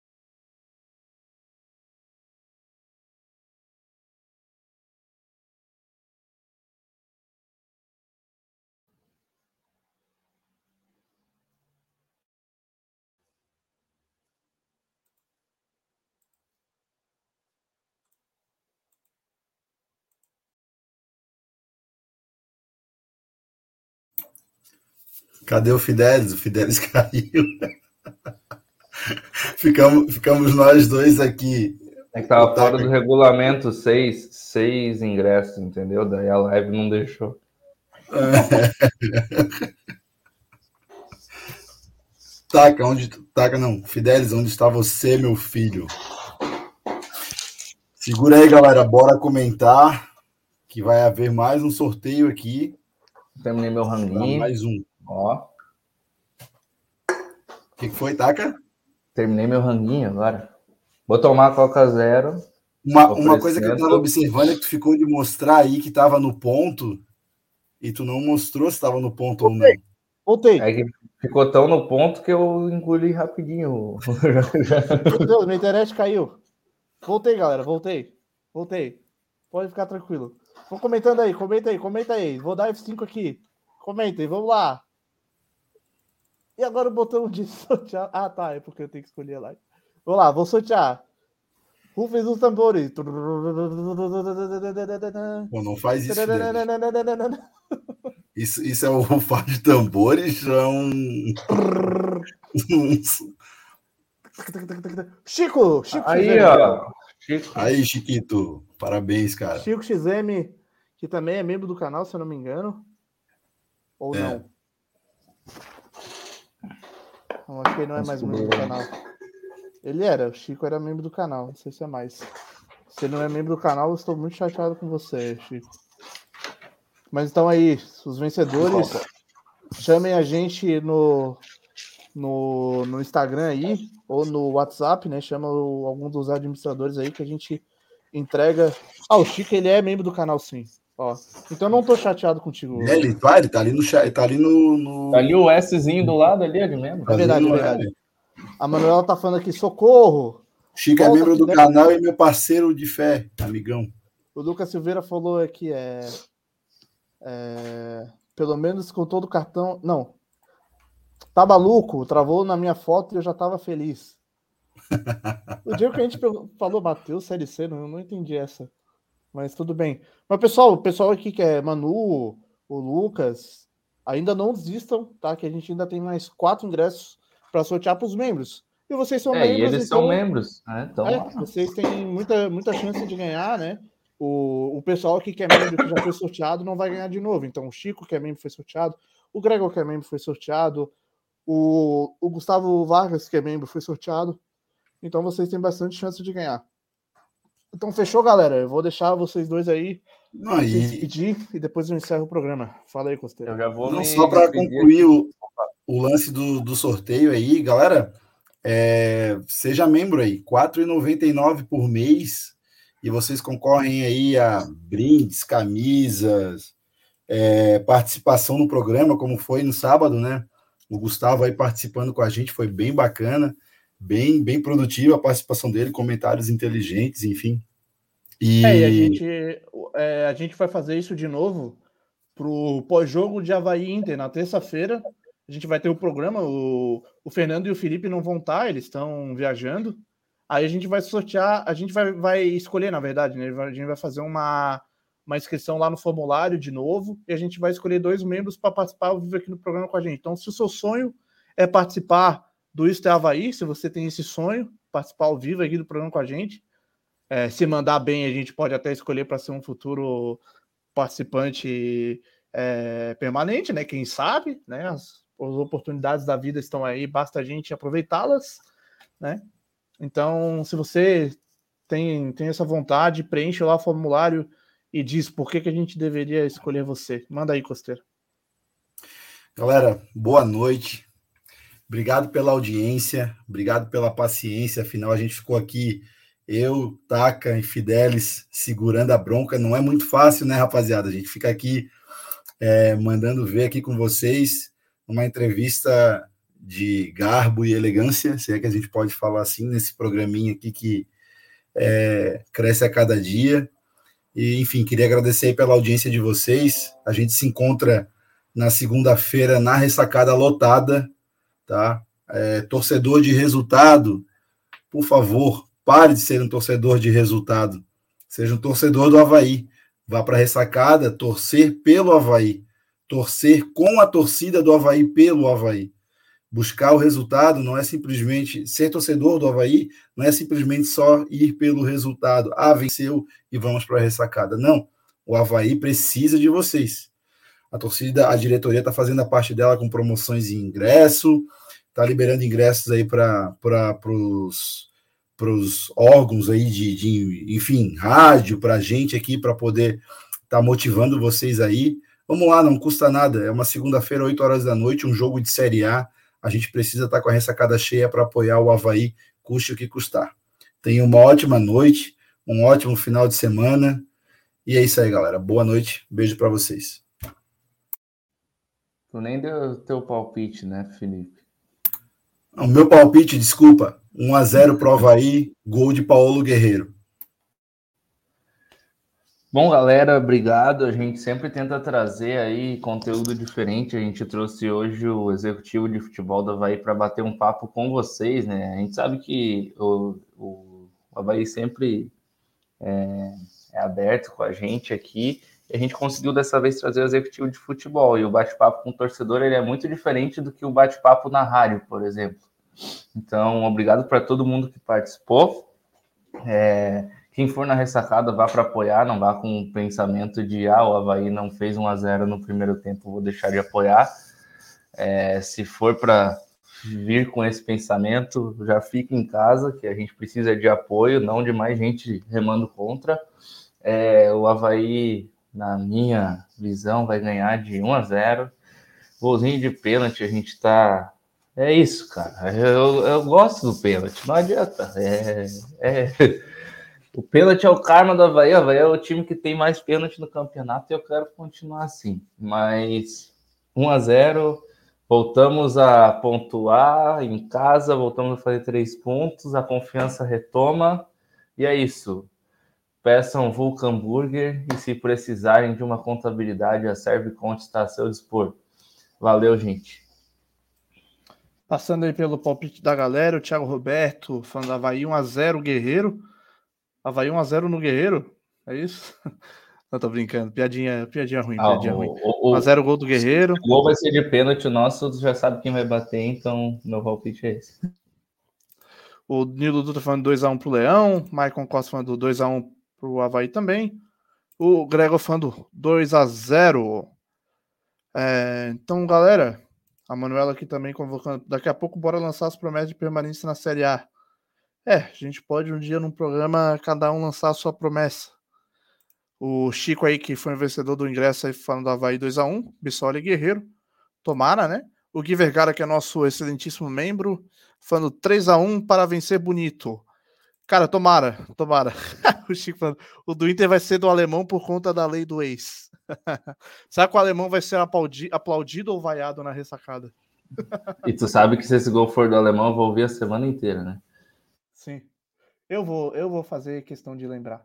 Cadê o Fidelis? O Fidelis caiu. Ficamos nós dois aqui. É que tava fora do regulamento 6 ingressos, entendeu? Daí a live não deixou. Taca, não. Fidelis, onde está você, meu filho? Segura aí, galera. Bora comentar que vai haver mais um sorteio aqui. Terminei meu ranguinho. Mais um. Ó. O que foi, Taca? Terminei meu ranguinho agora. Vou tomar Coca Zero. Uma coisa que eu estava observando é que tu ficou de mostrar aí que estava no ponto e tu não mostrou se estava no ponto ou não. Voltei. É que ficou tão no ponto que eu engoli rapidinho. Meu Deus, minha internet caiu. Voltei, galera. Voltei. Pode ficar tranquilo. Vou comentando aí, comenta aí. Vou dar F5 aqui. Comentem, vamos lá. E agora o botão de sortear. Ah, tá. É porque eu tenho que escolher a live. Vamos lá, vou sortear. Rufem os tambores. Pô, não faz isso, isso é o rufar de tambores, é Chico aí, XM. Ó. Chico. Aí, Chiquito. Parabéns, cara. Chico XM, que também é membro do canal, se eu não me engano. Ou não? Não, acho que ele não é mais membro do canal. Ele era, o Chico era membro do canal, não sei se é mais. Se ele não é membro do canal, eu estou muito chateado com você, Chico. Mas então aí, os vencedores, chamem a gente no Instagram aí, ou no WhatsApp, né? Chama algum dos administradores aí que a gente entrega. Ah, o Chico, ele é membro do canal, sim. Ó, então eu não tô chateado contigo. Ele tá ali no chat, tá ali no... Tá ali o Szinho do lado ali, de membro. É verdade, é verdade. A Manuela tá falando aqui, socorro! Chico é membro do canal e meu parceiro de fé, amigão. O Lucas Silveira falou aqui, pelo menos com todo o cartão... Não. Tá maluco? Travou na minha foto e eu já tava feliz. O dia que a gente falou Matheus, Série C, não entendi essa. Mas tudo bem. Mas, pessoal, o pessoal aqui que é Manu, o Lucas, ainda não desistam, tá? Que a gente ainda tem mais 4 ingressos para sortear para os membros. E vocês são membros, e eles então, são membros, né? Então, vocês têm muita chance de ganhar, né? O pessoal aqui que é membro, que já foi sorteado, não vai ganhar de novo. Então, o Chico, que é membro, foi sorteado. O Gregor, que é membro, foi sorteado. O Gustavo Vargas, que é membro, foi sorteado. Então, vocês têm bastante chance de ganhar. Então, fechou, galera? Eu vou deixar vocês dois aí se despedir e depois eu encerro o programa. Fala aí, Costeiro. Eu já vou Não, só para concluir o lance do sorteio aí, galera, seja membro aí, R$ 4,99 por mês, e vocês concorrem aí a brindes, camisas, participação no programa, como foi no sábado, né? O Gustavo aí participando com a gente, foi bem bacana, bem produtiva a participação dele, comentários inteligentes, enfim. E a gente vai fazer isso de novo pro pós-jogo de Avaí Inter, na terça-feira. A gente vai ter o programa, o Fernando e o Felipe não vão estar, eles estão viajando. Aí a gente vai sortear, a gente vai escolher, na verdade, né? A gente vai fazer uma inscrição lá no formulário de novo, e a gente vai escolher 2 membros para participar ao vivo aqui no programa com a gente. Então, se o seu sonho é participar do Isto é Avaí, se você tem esse sonho, participar ao vivo aqui do programa com a gente, se mandar bem, a gente pode até escolher para ser um futuro participante permanente, né? Quem sabe, né? As oportunidades da vida estão aí, basta a gente aproveitá-las, né? Então, se você tem essa vontade, preenche lá o formulário e diz por que a gente deveria escolher você. Manda aí, Costeiro. Galera, boa noite. Obrigado pela audiência, obrigado pela paciência. Afinal, a gente ficou aqui, eu, Taca e Fidelis, segurando a bronca. Não é muito fácil, né, rapaziada? A gente fica aqui mandando ver aqui com vocês uma entrevista de garbo e elegância, se é que a gente pode falar assim, nesse programinha aqui que cresce a cada dia. E, enfim, queria agradecer aí pela audiência de vocês. A gente se encontra na segunda-feira na Ressacada lotada, tá? Torcedor de resultado, por favor, pare de ser um torcedor de resultado. Seja um torcedor do Avaí. Vá para a Ressacada torcer pelo Avaí. Torcer com a torcida do Avaí pelo Avaí. Buscar o resultado não é simplesmente ser torcedor do Avaí, não é simplesmente só ir pelo resultado. Venceu e vamos para a Ressacada. Não, o Avaí precisa de vocês. A torcida, a diretoria está fazendo a parte dela com promoções em ingresso, está liberando ingressos aí para os órgãos aí enfim, rádio, para a gente aqui, para poder estar motivando vocês aí. Vamos lá, não custa nada. É uma segunda-feira, 8 horas da noite, um jogo de Série A. A gente precisa estar com a ressacada cheia para apoiar o Avaí, custe o que custar. Tenha uma ótima noite, um ótimo final de semana. E é isso aí, galera. Boa noite. Beijo para vocês. Tu nem deu teu palpite, né, Felipe? O meu palpite, desculpa, 1-0 pro Avaí, gol de Paulo Guerreiro. Bom, galera, obrigado. A gente sempre tenta trazer aí conteúdo diferente. A gente trouxe hoje o executivo de futebol do Avaí para bater um papo com vocês, né? A gente sabe que o Avaí sempre é aberto com a gente aqui. E a gente conseguiu dessa vez trazer o executivo de futebol. E o bate-papo com o torcedor ele é muito diferente do que o bate-papo na rádio, por exemplo. Então, obrigado para todo mundo que participou. Quem for na ressacada, vá para apoiar, não vá com o pensamento de o Avaí não fez 1-0 no primeiro tempo, vou deixar de apoiar. Se for para vir com esse pensamento, já fica em casa, que a gente precisa de apoio, não de mais gente remando contra. O Avaí, na minha visão, vai ganhar de 1-0. Golzinho de pênalti, a gente tá... É isso, cara. Eu gosto do pênalti, não adianta. O pênalti é o karma do Avaí. O Avaí é o time que tem mais pênalti no campeonato e eu quero continuar assim. Mas 1-0, voltamos a pontuar em casa, voltamos a fazer 3 pontos, a confiança retoma. E é isso. Peçam Vulcan Burger e se precisarem de uma contabilidade, a Serve Conte está a seu dispor. Valeu, gente. Passando aí pelo palpite da galera, o Thiago Roberto falando Avaí 1x0 Guerreiro. Avaí 1x0 no Guerreiro? É isso? Não, tô brincando. Piadinha ruim, piadinha ruim. 1x0 gol do Guerreiro. O gol vai ser de pênalti nosso, já sabe quem vai bater, então meu palpite é esse. O Nilo Dutra falando 2x1 pro Leão. Maicon Costa falando 2x1 pro Avaí também. O Gregor falando 2x0. Então, galera, a Manuela aqui também convocando. Daqui a pouco, bora lançar as promessas de permanência na Série A. A gente pode um dia num programa cada um lançar a sua promessa. O Chico aí, que foi o vencedor do ingresso aí, falando do Avaí 2x1. Bissoli e Guerreiro. Tomara, né? O Gui Vergara, que é nosso excelentíssimo membro, falando 3x1 para vencer bonito. Cara, tomara. O Chico falando, o do Inter vai ser do alemão por conta da lei do ex. Sabe que o alemão vai ser aplaudido ou vaiado na ressacada? E tu sabe que se esse gol for do alemão, eu vou ouvir a semana inteira, né? Sim. Eu vou fazer questão de lembrar.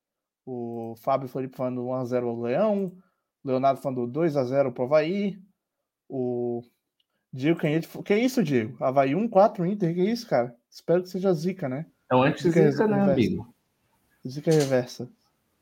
O Fábio Felipe falando 1x0 ao Leão. Leonardo falando 2x0 pro Avaí. O Diego Canhete. Que isso, Diego? Avaí 1-4 Inter. Que isso, cara? Espero que seja zica, né? É um anti-zica, né, amigo? Zica reversa.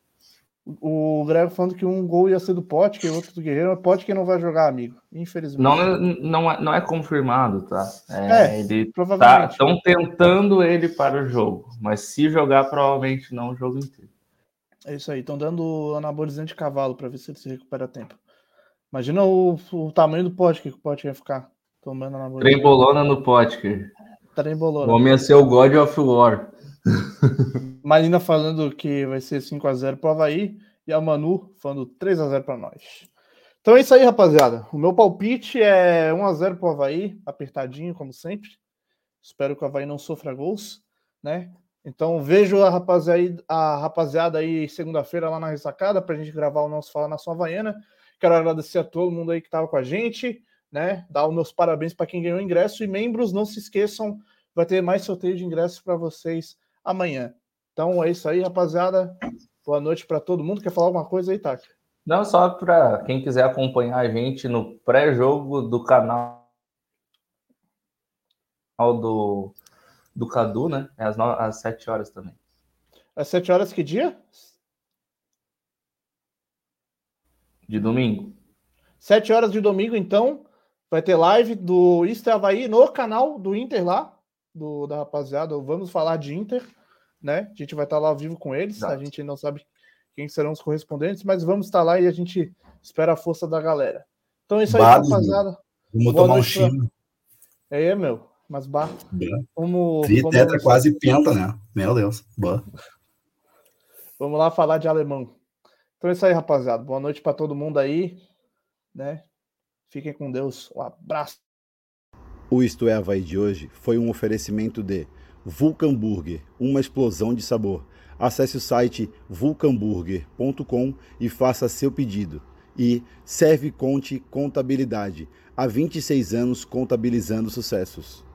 O Grego falando que um gol ia ser do Potker e outro do Guerreiro. Mas Potker não vai jogar, amigo. Infelizmente. Não é confirmado, tá? Ele provavelmente. Estão tentando ele para o jogo. Mas se jogar, provavelmente não o jogo inteiro. É isso aí. Estão dando anabolizante de cavalo para ver se ele se recupera a tempo. Imagina o tamanho do Potker que o Potker ia ficar tomando anabolizante. Trembolona no Potker. Trembolona. O homem ia ser o God of War. Marina falando que vai ser 5x0 pro Avaí e a Manu falando 3x0 para nós. Então é isso aí, rapaziada. O meu palpite é 1x0 pro Avaí, apertadinho, como sempre. Espero que o Avaí não sofra gols, né? Então vejo a rapaziada aí segunda-feira lá na ressacada pra gente gravar o nosso Fala Nação Havaiana. Quero agradecer a todo mundo aí que tava com a gente, né? Dar os meus parabéns para quem ganhou o ingresso e membros, não se esqueçam, vai ter mais sorteio de ingressos para vocês amanhã. Então é isso aí, rapaziada. Boa noite para todo mundo. Quer falar alguma coisa aí, Taka? Não, só para quem quiser acompanhar a gente no pré-jogo do canal do Cadu, né? É às 7 horas também. Às 7 horas que dia? De domingo. 7 horas de domingo, então, vai ter live do Inter Avaí no canal do Inter lá, da rapaziada. Vamos falar de Inter, né? A gente vai estar lá ao vivo com eles. Exato. A gente não sabe quem serão os correspondentes, mas vamos estar lá e a gente espera a força da galera. Então é isso aí, rapaziada. Vamos tomar um chino. Meu. Mas Tetra quase penta, né? Meu Deus. Boa. Vamos lá falar de alemão. Então é isso aí, rapaziada. Boa noite para todo mundo aí, né? Fiquem com Deus. Um abraço. O Isto é Avaí de hoje foi um oferecimento de Vulcan Burger, uma explosão de sabor. Acesse o site vulcanburger.com e faça seu pedido. E Serve Conte Contabilidade, há 26 anos contabilizando sucessos.